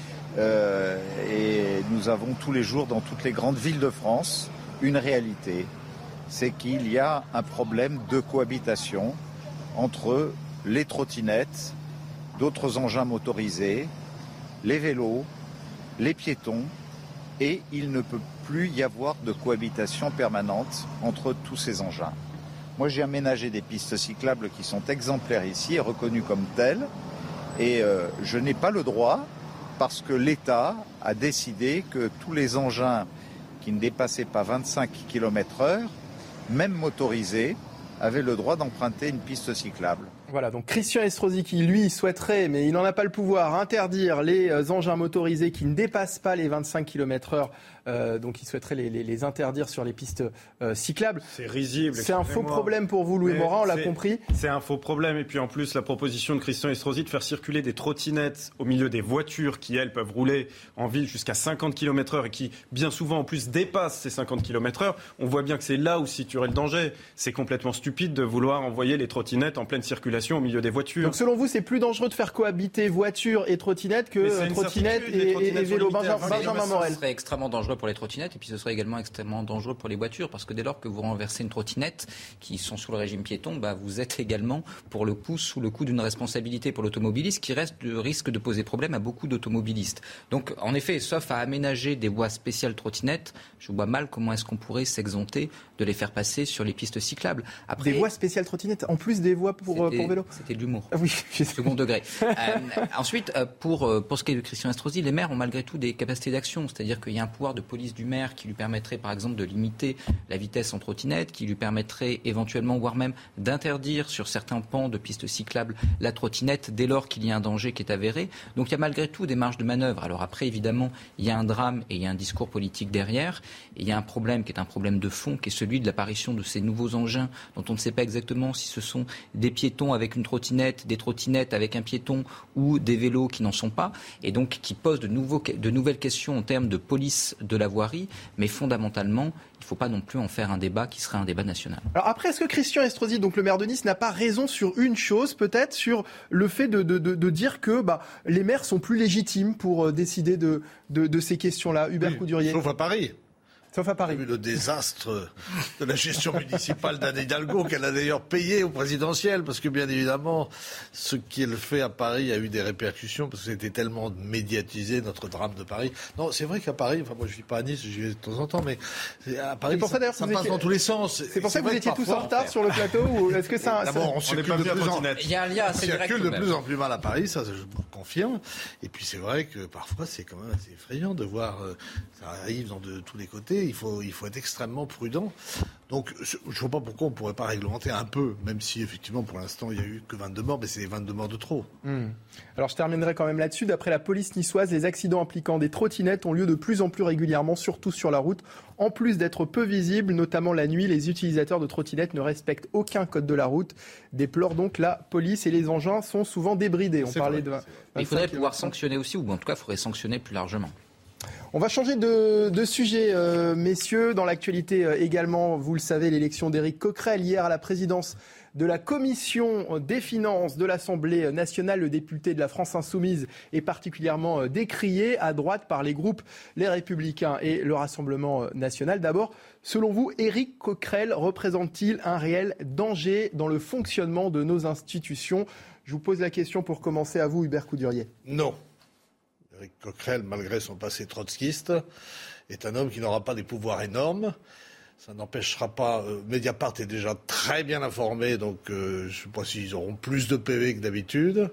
S21: Euh, et nous avons tous les jours, dans toutes les grandes villes de France, une réalité. C'est qu'il y a un problème de cohabitation entre les trottinettes, d'autres engins motorisés, les vélos, les piétons, et il ne peut plus y avoir de cohabitation permanente entre tous ces engins. Moi, j'ai aménagé des pistes cyclables qui sont exemplaires ici et reconnues comme telles, et euh, je n'ai pas le droit, parce que l'État a décidé que tous les engins qui ne dépassaient pas vingt-cinq kilomètres heure, même motorisés, avaient le droit d'emprunter une piste cyclable.
S4: Voilà, donc Christian Estrosi qui, lui, souhaiterait, mais il n'en a pas le pouvoir, interdire les engins motorisés qui ne dépassent pas les vingt-cinq kilomètres heure. Euh, donc il souhaiterait les, les, les interdire sur les pistes euh, cyclables.
S10: C'est risible.
S4: C'est un faux problème pour vous, Louis Morin, on l'a compris.
S10: C'est un faux problème. Et puis en plus, la proposition de Christian Estrosi de faire circuler des trottinettes au milieu des voitures qui, elles, peuvent rouler en ville jusqu'à cinquante kilomètres heure et qui, bien souvent, en plus, dépassent ces cinquante kilomètres heure. On voit bien que c'est là où se situerait le danger. C'est complètement stupide de vouloir envoyer les trottinettes en pleine circulation au milieu des voitures.
S4: Donc selon vous, c'est plus dangereux de faire cohabiter voiture et trottinette que trottinette et, et, et vélo. Benjamin, Benjamin Morel.
S15: Ce serait extrêmement dangereux pour les trottinettes et puis ce serait également extrêmement dangereux pour les voitures parce que dès lors que vous renversez une trottinette qui sont sous le régime piéton, bah, vous êtes également pour le coup sous le coup d'une responsabilité pour l'automobiliste qui reste de risque de poser problème à beaucoup d'automobilistes. Donc en effet, sauf à aménager des voies spéciales trottinettes, je vois mal comment est-ce qu'on pourrait s'exempter de les faire passer sur les pistes cyclables.
S4: Après, des voies spéciales trottinettes en plus des voies pour, pour vélo.
S15: C'était de l'humour.
S4: Ah oui,
S15: second degré. euh, ensuite, pour, pour ce qui est de Christian Estrosi, les maires ont malgré tout des capacités d'action. C'est-à-dire qu'il y a un pouvoir de police du maire qui lui permettrait par exemple de limiter la vitesse en trottinette, qui lui permettrait éventuellement, voire même d'interdire sur certains pans de pistes cyclables la trottinette dès lors qu'il y a un danger qui est avéré. Donc il y a malgré tout des marges de manœuvre. Alors après, évidemment, il y a un drame et il y a un discours politique derrière. Et il y a un problème qui est un problème de fond, qui est celui de l'apparition de ces nouveaux engins dont on ne sait pas exactement si ce sont des piétons avec une trottinette, des trottinettes avec un piéton ou des vélos qui n'en sont pas, et donc qui posent de, nouveaux, de nouvelles questions en termes de police de la voirie, mais fondamentalement, il ne faut pas non plus en faire un débat qui serait un débat national.
S4: Alors après, est-ce que Christian Estrosi, donc le maire de Nice, n'a pas raison sur une chose, peut-être, sur le fait de, de, de, de dire que bah, les maires sont plus légitimes pour décider de, de, de ces questions-là? Hubert
S9: oui,
S4: Coudurier.
S9: Sauf à Paris.
S4: Sauf à Paris.
S9: Vu le désastre de la gestion municipale d'Anne Hidalgo, qu'elle a d'ailleurs payé au présidentiel, parce que bien évidemment, ce qu'elle fait à Paris a eu des répercussions, parce que c'était tellement médiatisé, notre drame de Paris. Non, c'est vrai qu'à Paris, enfin moi je vis pas à Nice, j'y vais de temps en temps, mais à Paris,
S4: pour ça,
S9: ça, ça passe étiez... dans tous les sens.
S4: C'est pour ça que vous étiez tous en retard sur le plateau, ou est-ce que ça...
S9: D'abord, on circule de plus en...
S15: Il y a un lien assez direct.
S9: On circule de plus en plus mal à Paris, ça je vous confirme. Et puis c'est vrai que parfois c'est quand même assez effrayant de voir, euh, ça arrive dans de tous les côtés, il faut, il faut être extrêmement prudent. Donc, je ne vois pas pourquoi on ne pourrait pas réglementer un peu, même si, effectivement, pour l'instant, il n'y a eu que vingt-deux morts, mais c'est les vingt-deux morts de trop.
S4: Mmh. Alors, je terminerai quand même là-dessus. D'après la police niçoise, les accidents impliquant des trottinettes ont lieu de plus en plus régulièrement, surtout sur la route. En plus d'être peu visibles, notamment la nuit, les utilisateurs de trottinettes ne respectent aucun code de la route. Déplore donc la police et les engins sont souvent débridés. On
S15: c'est
S4: parlait
S15: vrai,
S4: de...
S15: Il faudrait pouvoir sanctionner aussi, ou en tout cas, il faudrait sanctionner plus largement.
S4: On va changer de, de sujet, euh, messieurs. Dans l'actualité euh, également, vous le savez, l'élection d'Éric Coquerel hier à la présidence de la Commission des finances de l'Assemblée nationale. Le député de la France insoumise est particulièrement décrié à droite par les groupes Les Républicains et le Rassemblement national. D'abord, selon vous, Éric Coquerel représente-t-il un réel danger dans le fonctionnement de nos institutions ? Je vous pose la question pour commencer à vous, Hubert Coudurier.
S9: Non. Éric Coquerel, malgré son passé trotskiste, est un homme qui n'aura pas des pouvoirs énormes. Ça n'empêchera pas... Euh, Mediapart est déjà très bien informé, donc euh, je ne sais pas s'ils auront plus de P V que d'habitude.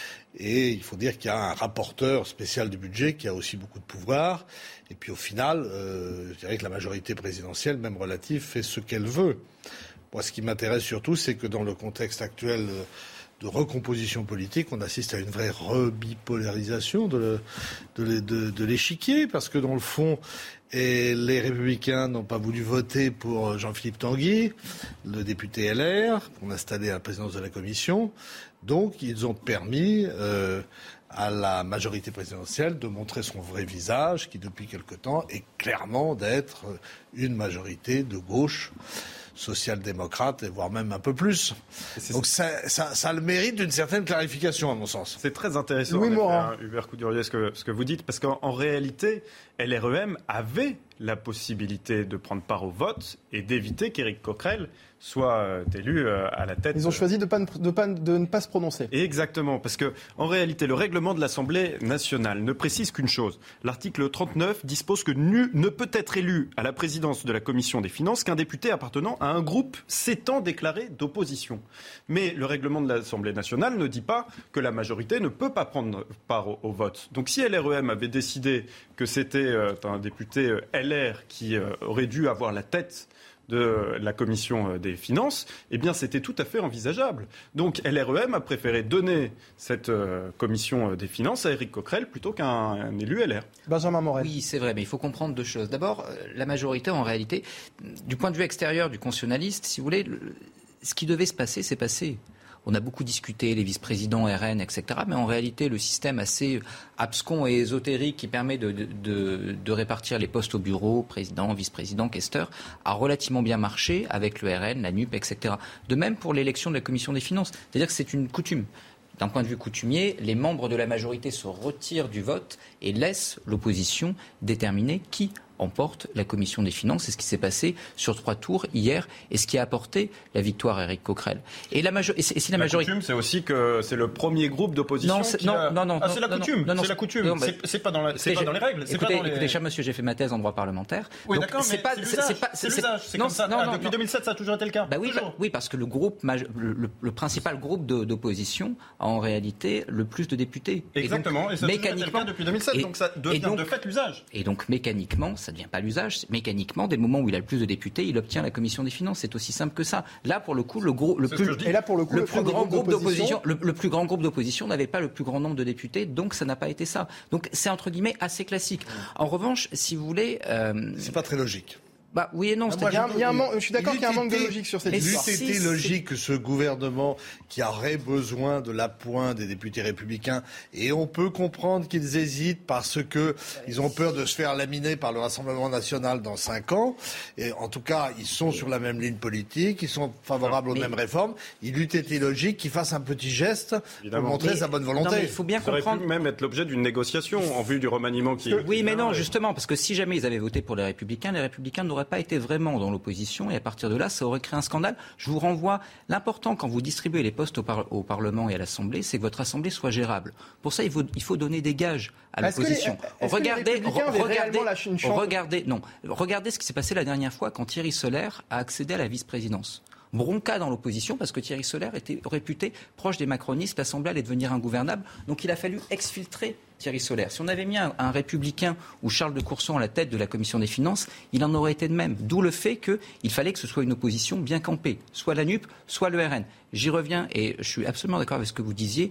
S9: Et il faut dire qu'il y a un rapporteur spécial du budget qui a aussi beaucoup de pouvoir. Et puis au final, euh, je dirais que la majorité présidentielle, même relative, fait ce qu'elle veut. Moi, ce qui m'intéresse surtout, c'est que dans le contexte actuel de recomposition politique, on assiste à une vraie rebipolarisation de, de, de, de l'échiquier, parce que dans le fond, et les Républicains n'ont pas voulu voter pour Jean-Philippe Tanguy, le député L R, qu'on a installé à la présidence de la Commission. Donc, ils ont permis euh, à la majorité présidentielle de montrer son vrai visage, qui depuis quelque temps est clairement d'être une majorité de gauche, social-démocrate, et voire même un peu plus. Donc ça, ça, ça a le mérite d'une certaine clarification, à mon sens.
S10: C'est très intéressant,
S4: Louis
S10: hein, Hubert Coudurier, ce que, ce que vous dites, parce qu'en en réalité, L R E M avait la possibilité de prendre part au vote et d'éviter qu'Éric Coquerel soit euh, élu euh, à la tête.
S4: Ils ont choisi de, pas, de, pas, de ne pas se prononcer.
S10: Exactement, parce que en réalité, le règlement de l'Assemblée nationale ne précise qu'une chose. L'article trente-neuf dispose que nu, ne peut être élu à la présidence de la Commission des finances qu'un député appartenant à un groupe s'étant déclaré d'opposition. Mais le règlement de l'Assemblée nationale ne dit pas que la majorité ne peut pas prendre part au, au vote. Donc si L R E M avait décidé que c'était euh, un député euh, L R qui euh, aurait dû avoir la tête de la commission des finances, eh bien c'était tout à fait envisageable. Donc L R E M a préféré donner cette euh, commission des finances à Éric Coquerel plutôt qu'un un élu L R.
S4: Benjamin Morel.
S15: Oui, c'est vrai, mais il faut comprendre deux choses. D'abord, la majorité, en réalité, du point de vue extérieur du constitutionnaliste, si vous voulez, le, ce qui devait se passer, c'est passé. On a beaucoup discuté, les vice-présidents R N, et cetera. Mais en réalité, le système assez abscon et ésotérique qui permet de, de, de, de répartir les postes au bureau, président, vice-président, questeur, a relativement bien marché avec le R N, la N U P, et cetera. De même pour l'élection de la Commission des finances. C'est-à-dire que c'est une coutume. D'un point de vue coutumier, les membres de la majorité se retirent du vote et laissent l'opposition déterminer qui emporte la Commission des finances. C'est ce qui s'est passé sur trois tours hier et ce qui a apporté la victoire à Éric Coquerel. Et, la majo- et si la,
S10: la
S15: majorité...
S10: coutume, c'est aussi que c'est le premier groupe d'opposition
S15: non, c'est,
S10: qui
S15: non,
S10: a...
S15: non, non,
S10: ah, c'est la
S15: non,
S10: coutume,
S15: non, non,
S10: c'est la coutume.
S15: Non, bah,
S10: c'est, c'est pas dans, la, c'est pas dans les règles. C'est
S15: écoutez,
S10: pas dans les...
S15: écoutez, cher monsieur, j'ai fait ma thèse en droit parlementaire.
S10: Oui,
S15: donc,
S10: d'accord,
S15: c'est
S10: mais
S15: pas,
S10: c'est
S15: c'est,
S10: l'usage.
S15: c'est pas,
S10: c'est,
S15: c'est,
S10: l'usage. C'est
S15: non,
S10: comme ça.
S15: Non,
S10: Ah,
S15: non,
S10: depuis
S15: non.
S10: deux mille sept, ça a toujours été le cas.
S15: Bah oui, bah, oui, parce que le groupe, le, le, le principal groupe de, d'opposition a en réalité le plus de députés.
S10: Exactement. Et, donc, et ça mécaniquement été le cas depuis deux mille sept.
S15: Et,
S10: donc ça devient donc, de fait l'usage.
S15: Et donc mécaniquement, ça ne devient pas l'usage. Mécaniquement, dès le moment où il a le plus de députés, il obtient la commission des finances. C'est aussi simple que ça. Là, pour le coup, le gros, le plus,
S4: et là pour le coup,
S15: le
S4: le
S15: plus grand groupe
S4: d'opposition,
S15: d'opposition, le, le plus grand groupe d'opposition n'avait pas le plus grand nombre de députés, donc ça n'a pas été ça. Donc c'est entre guillemets assez classique. En revanche, si vous voulez, euh,
S9: c'est pas très logique.
S15: Bah oui et non.
S4: Ah, moi, il y a, il y a un man- je suis d'accord qu'il y a un manque de logique sur cette histoire.
S9: Il eût été logique que ce gouvernement qui aurait besoin de l'appoint des députés républicains, et on peut comprendre qu'ils hésitent parce que ils ont peur de se faire laminer par le Rassemblement national dans cinq ans. Et en tout cas, ils sont sur la même ligne politique, ils sont favorables aux
S15: mais...
S9: mêmes réformes. Il eût été logique qu'ils fassent un petit geste
S10: Évidemment.
S9: pour montrer
S15: mais...
S9: sa bonne volonté.
S15: Non, mais il faut bien
S10: ça
S15: comprendre.
S10: aurait pu même être l'objet d'une négociation en vue du remaniement qui.
S15: Oui, mais non, justement, parce que si jamais ils avaient voté pour les Républicains, les Républicains n'auraient pas été vraiment dans l'opposition et à partir de là, ça aurait créé un scandale. Je vous renvoie, l'important quand vous distribuez les postes au, par- au Parlement et à l'Assemblée, c'est que votre Assemblée soit gérable. Pour ça, il faut, il faut donner des gages à
S4: est-ce
S15: l'opposition.
S4: Que les,
S15: regardez,
S4: que les
S15: regardez,
S4: une chance
S15: regardez, non, regardez ce qui s'est passé la dernière fois quand Thierry Solaire a accédé à la vice-présidence. Bronca dans l'opposition parce que Thierry Solaire était réputé proche des macronistes, l'Assemblée allait devenir ingouvernable, donc il a fallu exfiltrer Thierry Solaire. Si on avait mis un, un républicain ou Charles de Courson à la tête de la Commission des Finances, il en aurait été de même. D'où le fait qu'il fallait que ce soit une opposition bien campée, soit la N U P, soit le R N. J'y reviens et je suis absolument d'accord avec ce que vous disiez.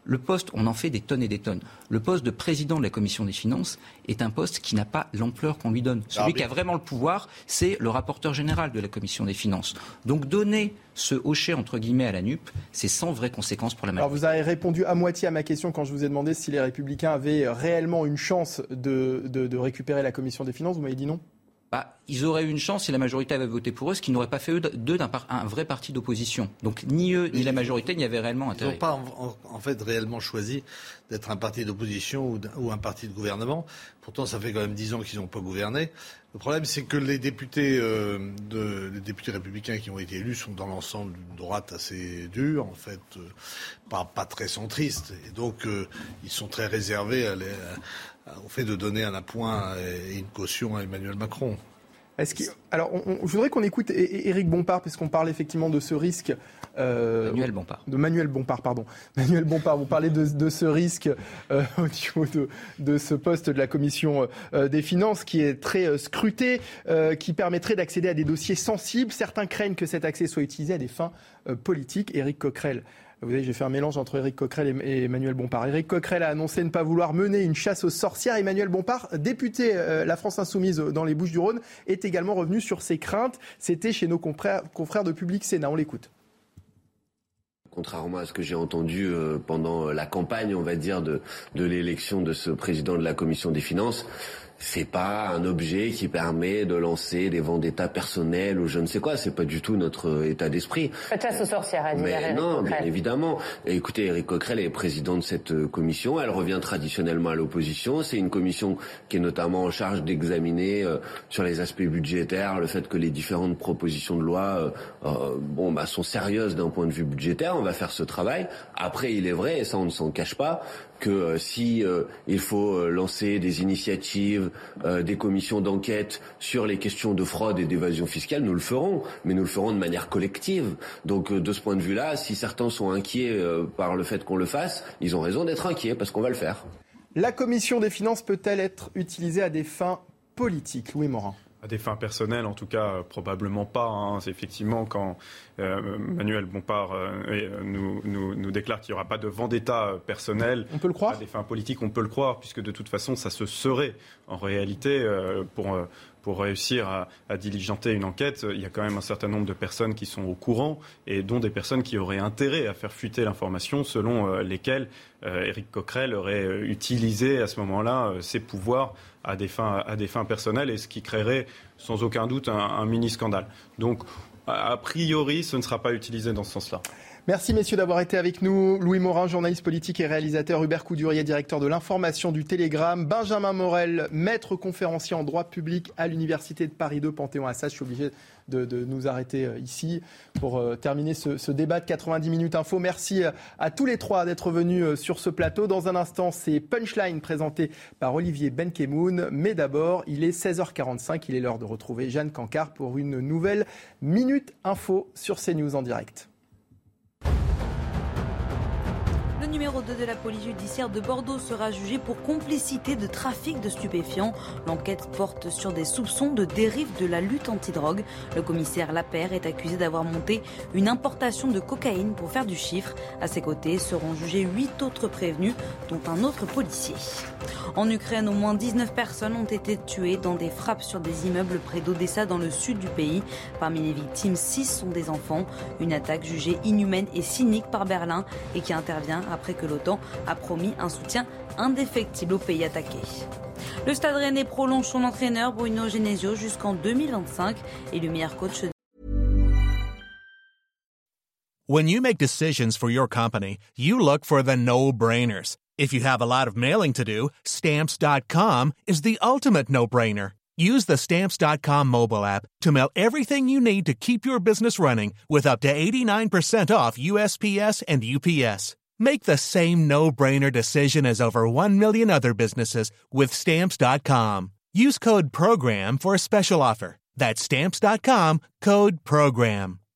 S15: Le poste, on en fait des tonnes et des tonnes. Le poste de président de la Commission des finances est un poste qui n'a pas l'ampleur qu'on lui donne. Celui ah, qui a vraiment le pouvoir, c'est le rapporteur général de la Commission des finances. Donc donner ce hocher, entre guillemets, à la N U P, c'est sans vraies conséquences pour la majorité.
S4: Alors vous avez répondu à moitié à ma question quand je vous ai demandé si les Républicains avaient réellement une chance de, de, de récupérer la Commission des finances. Vous m'avez dit non ?
S15: Bah, ils auraient eu une chance si la majorité avait voté pour eux, ce qui n'aurait pas fait eux d'eux d'un par, un vrai parti d'opposition. Donc ni eux ni la majorité n'y avaient réellement intérêt.
S9: Ils n'ont pas en, en fait réellement choisi d'être un parti d'opposition ou, ou un parti de gouvernement. Pourtant, ça fait quand même dix ans qu'ils n'ont pas gouverné. Le problème, c'est que les députés, euh, de, les députés républicains qui ont été élus sont dans l'ensemble d'une droite assez dure, en fait, euh, pas, pas très centriste. Et donc, euh, ils sont très réservés à les, à, au fait de donner un appoint et une caution à Emmanuel Macron.
S4: Est-ce que, alors, on, on, je voudrais qu'on écoute Éric Bompard, puisqu'on parle effectivement de ce risque.
S15: Euh, Manuel Bompard.
S4: De Manuel Bompard, pardon. Manuel Bompard, vous parlez de, de ce risque euh, au niveau de, de ce poste de la Commission euh, des finances qui est très euh, scruté, euh, qui permettrait d'accéder à des dossiers sensibles. Certains craignent que cet accès soit utilisé à des fins euh, politiques. Éric Coquerel. Vous voyez, j'ai fait un mélange entre Éric Coquerel et Emmanuel Bompard. Éric Coquerel a annoncé ne pas vouloir mener une chasse aux sorcières. Emmanuel Bompard, député euh, La France Insoumise dans les Bouches-du-Rhône, est également revenu sur ses craintes. C'était chez nos confrères, confrères de Public Sénat. On l'écoute.
S2: Contrairement à ce que j'ai entendu euh, pendant la campagne, on va dire, de, de l'élection de ce président de la Commission des Finances, c'est pas un objet qui permet de lancer des vendettas personnels ou je ne sais quoi. C'est pas du tout notre état d'esprit.
S22: Pas de chasse aux sorcières, a dit
S2: Mais non, bien évidemment. Et écoutez, Éric Coquerel est président de cette commission. Elle revient traditionnellement à l'opposition. C'est une commission qui est notamment en charge d'examiner euh, sur les aspects budgétaires le fait que les différentes propositions de loi euh, euh, bon, bah, sont sérieuses d'un point de vue budgétaire. On va faire ce travail. Après, il est vrai, et ça on ne s'en cache pas, que euh, si euh, il faut euh, lancer des initiatives, euh, des commissions d'enquête sur les questions de fraude et d'évasion fiscale, nous le ferons, mais nous le ferons de manière collective. Donc euh, de ce point de vue-là, si certains sont inquiets euh, par le fait qu'on le fasse, ils ont raison d'être inquiets parce qu'on va le faire.
S4: La commission des finances peut-elle être utilisée à des fins politiques ? Louis Morin.
S10: À des fins personnelles, en tout cas, euh, probablement pas. Hein. C'est effectivement quand euh, Manuel Bompard euh, nous, nous, nous déclare qu'il n'y aura pas de vendetta personnel.
S4: On peut le croire.
S10: À des fins politiques, on peut le croire, puisque de toute façon, ça se serait. En réalité, euh, pour, euh, pour réussir à, à diligenter une enquête, il y a quand même un certain nombre de personnes qui sont au courant, et dont des personnes qui auraient intérêt à faire fuiter l'information, selon euh, lesquelles euh, Éric Coquerel aurait euh, utilisé à ce moment-là euh, ses pouvoirs à des fins, à des fins personnelles, et ce qui créerait sans aucun doute un, un mini-scandale. Donc, a priori, ce ne sera pas utilisé dans ce sens-là.
S4: Merci messieurs d'avoir été avec nous. Louis Morin, journaliste politique et réalisateur. Hubert Coudurier, directeur de l'information du Télégramme. Benjamin Morel, maître conférencier en droit public à l'Université de Paris deux, Panthéon-Assas. Je suis obligé de, de nous arrêter ici pour euh, terminer ce, ce débat de quatre-vingt-dix minutes info. Merci à tous les trois d'être venus sur ce plateau. Dans un instant, c'est Punchline présenté par Olivier Benkemoun. Mais d'abord, il est seize heures quarante-cinq. Il est l'heure de retrouver Jeanne Cancard pour une nouvelle Minute Info sur CNews en direct.
S17: Le numéro deux de la police judiciaire de Bordeaux sera jugé pour complicité de trafic de stupéfiants. L'enquête porte sur des soupçons de dérive de la lutte antidrogue. Le commissaire Lapère est accusé d'avoir monté une importation de cocaïne pour faire du chiffre. À ses côtés seront jugés huit autres prévenus, dont un autre policier. En Ukraine, au moins dix-neuf personnes ont été tuées dans des frappes sur des immeubles près d'Odessa dans le sud du pays. Parmi les victimes, six sont des enfants. Une attaque jugée inhumaine et cynique par Berlin et qui intervient après que l'OTAN a promis un soutien indéfectible au pays attaqué. Le Stade Rennais prolonge son entraîneur Bruno Genesio jusqu'en deux mille vingt-cinq et le meilleur coach.
S23: When you make decisions for your company, you look for the no-brainers. If you have a lot of mailing to do, Stamps dot com is the ultimate no-brainer. Use the Stamps dot com mobile app to mail everything you need to keep your business running with up to eighty-nine percent off U S P S and U P S. Make the same no-brainer decision as over one million other businesses with Stamps dot com. Use code PROGRAM for a special offer. That's Stamps dot com, code PROGRAM.